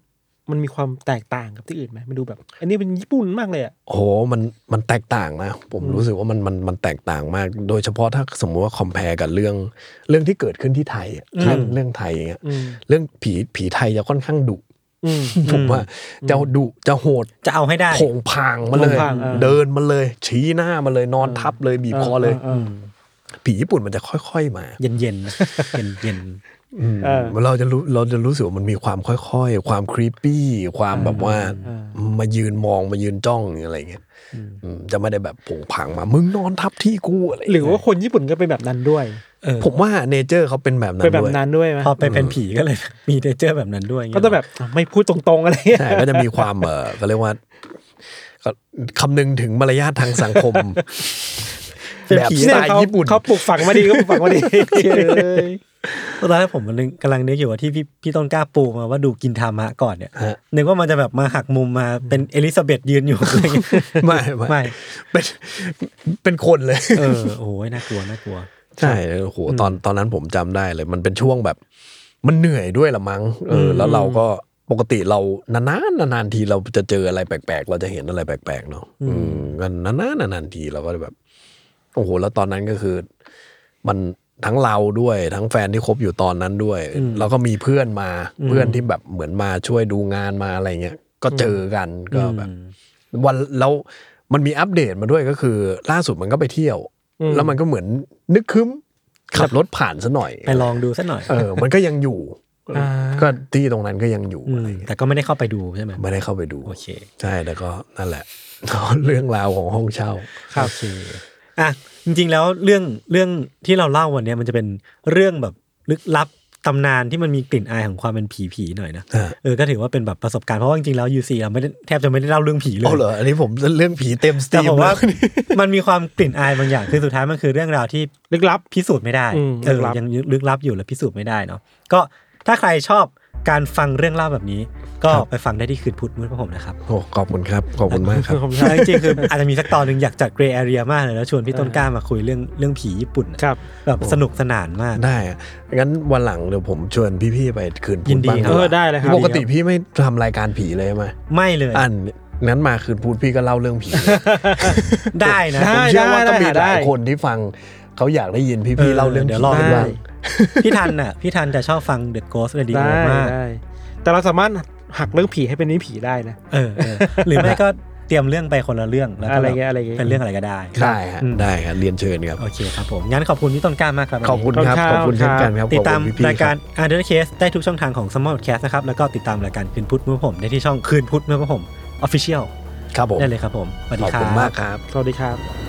มันมีความแตกต่างกับที่อื่นไหมมันดูแบบอันนี้เป็นญี่ปุ่นมากเลยอ่ะโอ้โหมันมันแตกต่างนะผมรู้สึกว่ามันมันมันแตกต่างมากโดยเฉพาะถ้าสมมุติว่าคอมแพร์กับเรื่องเรื่องที่เกิดขึ้นที่ไทยเรื่องเรื่องไทยเงี้ยเรื่องผีผีไทยจะค่อนข้างดุผมว่าจะดุจะโหดจะเอาให้ได้โผงพางมาเลยเดินมาเลยชี้หน้ามาเลยนอนทับเลยบีบคอเลยผีญี่ปุ่นมันจะค่อยๆมาเย็นๆเย็นเย็นเราจะรู้เราจะรู้สึกว่ามันมีความค่อยๆความครีปปี้ความแบบว่ามายืนมองมายืนจ้องอะไรเงี้ยจะไม่ได้แบบผงผางมามึงนอนทับที่กูอะไรหรือว่าคนญี่ปุ่นก็เป็นแบบนั้นด้วยผมว่าเนเจอร์เขาเป็นแบบนั้นด้วยเป็นแบบนั้นด้วยพอไปเป็นผีก็เลยมีเนเจอร์แบบนั้นด้วยก็ต้องแบบไม่พูดตรงๆอะไรใช่ก็จะมีความเออเขาเรียกว่าคำนึงถึงมารยาททางสังคมแบบสไตล์ญี่ปุ่นเขาปลูกฝังมาดีก็ปลูกฝังมาดีตอนแรกผมมันกำลังนึกอยู่ว่าที่พี่พี่ต้นกล้าปูมาว่าดูกินทามะก่อนเนี่ยนึกว่ามันจะแบบมาหักมุมมาเป็นเอลิซาเบธยืนอยู่ไม่ไม่เป็นเป็นคนเลยเออโอ้ยน่ากลัวน่ากลัวใช่โอ้โหตอนตอนนั้นผมจำได้เลยมันเป็นช่วงแบบมันเหนื่อยด้วยละมั้งเออแล้วเราก็ปกติเรานานๆนานๆทีเราจะเจออะไรแปลกๆเราจะเห็นอะไรแปลกๆเนาะอืมกันนานๆนานๆทีเราก็แบบโอ้โหแล้วตอนนั้นก็คือมันทั้งเราด้วยทั้งแฟนที่คบอยู่ตอนนั้นด้วยแล้วก็มีเพื่อนมาเพื่อนที่แบบเหมือนมาช่วยดูงานมาอะไรเงี้ยก็เจอกันก็แบบวันแล้วมันมีอัปเดตมาด้วยก็คือล่าสุดมันก็ไปเที่ยวแล้วมันก็เหมือนนึกคึ้มขับรถผ่านซะหน่อยไปลองดูซะหน่อยเออมันก็ยังอยู่ก็ที่ตรงนั้นก็ยังอยู่อะไรแต่ก็ไม่ได้เข้าไปดูใช่ไหมไม่ได้เข้าไปดูโอเคใช่แล้วก็นั่นแหละเรื่องราวของห้องเช่าโอเคอ่ะจริงๆแล้วเรื่องเรื่องที่เราเล่าวันนี้มันจะเป็นเรื่องแบบลึกลับตำนานที่มันมีกลิ่นอายของความเป็นผีๆหน่อยนะเออก็ถือว่าเป็นแบบประสบการณ์เพราะว่าจริงๆแล้ว ยู ซี เราไม่ได้แทบจะไม่ได้เล่าเรื่องผีเลยอ๋อเหรออันนี้ผมเรื่องผีเต็มสตรีมแต่ผมว่ามันมีความกลิ่นอายบางอย่างคือสุดท้ายมันคือเรื่องราวที่ลึกลับพิสูจน์ไม่ได้เออยังลึกลับอยู่และพิสูจน์ไม่ได้เนาะก็ถ้าใครชอบการฟังเรื่องเล่าแบบนี้ก็ไปฟังได้ที่คืนพุธมืดพระผมนะครับโอ้ขอบคุณครับขอบคุณมากครับจริงๆคืออาจจะมีสักตอนนึงอยากจัดเกรย์แอเรียมากเลยแล้วชวนพี่ต้นกล้ามาคุยเรื่องเรื่องผีญี่ปุ่นครับแบบสนุกสนานมากได้งั้นวันหลังเดี๋ยวผมชวนพี่ๆไปคืนพุธบ้างเออได้เลยครับปกติพี่ไม่ทำรายการผีเลยมั้ยไม่เลยอันนั้นมาคืนพุธพี่ก็เล่าเรื่องผีได้นะผมเชื่อว่าก็มีหลายคนที่ฟังเขาอยากได้ยินพี่ๆเล่าเรื่องผีบ้างพี่ทันน่ะพี่ทันจะชอบฟัง The Ghost Radio มากแต่เราสามารถหักเรื่องผีให้เป็นนิผีได้นะเออหรือไม่ก็เตรียมเรื่องไปคนละเรื่องแล้วอะไรเงี้ยอะไรเงี้ยเป็นเรื่องอะไรก็ได้ได้ฮะได้ครับเรียนเชิญครับโอเคครับผมงั้นขอบคุณพี่ต้นกล้ามากครับขอบคุณครับขอบคุณเช่นกันครับติดตามรายการ Under Case ได้ทุกช่องทางของ Small Podcast นะครับแล้วก็ติดตามรายการคืนพุธเมื่อผมได้ที่ช่องคืนพุธเมื่อผม Official ครับผมได้เลยครับผมสวัสดีครับขอบคุณมากครับสวัสดีครับ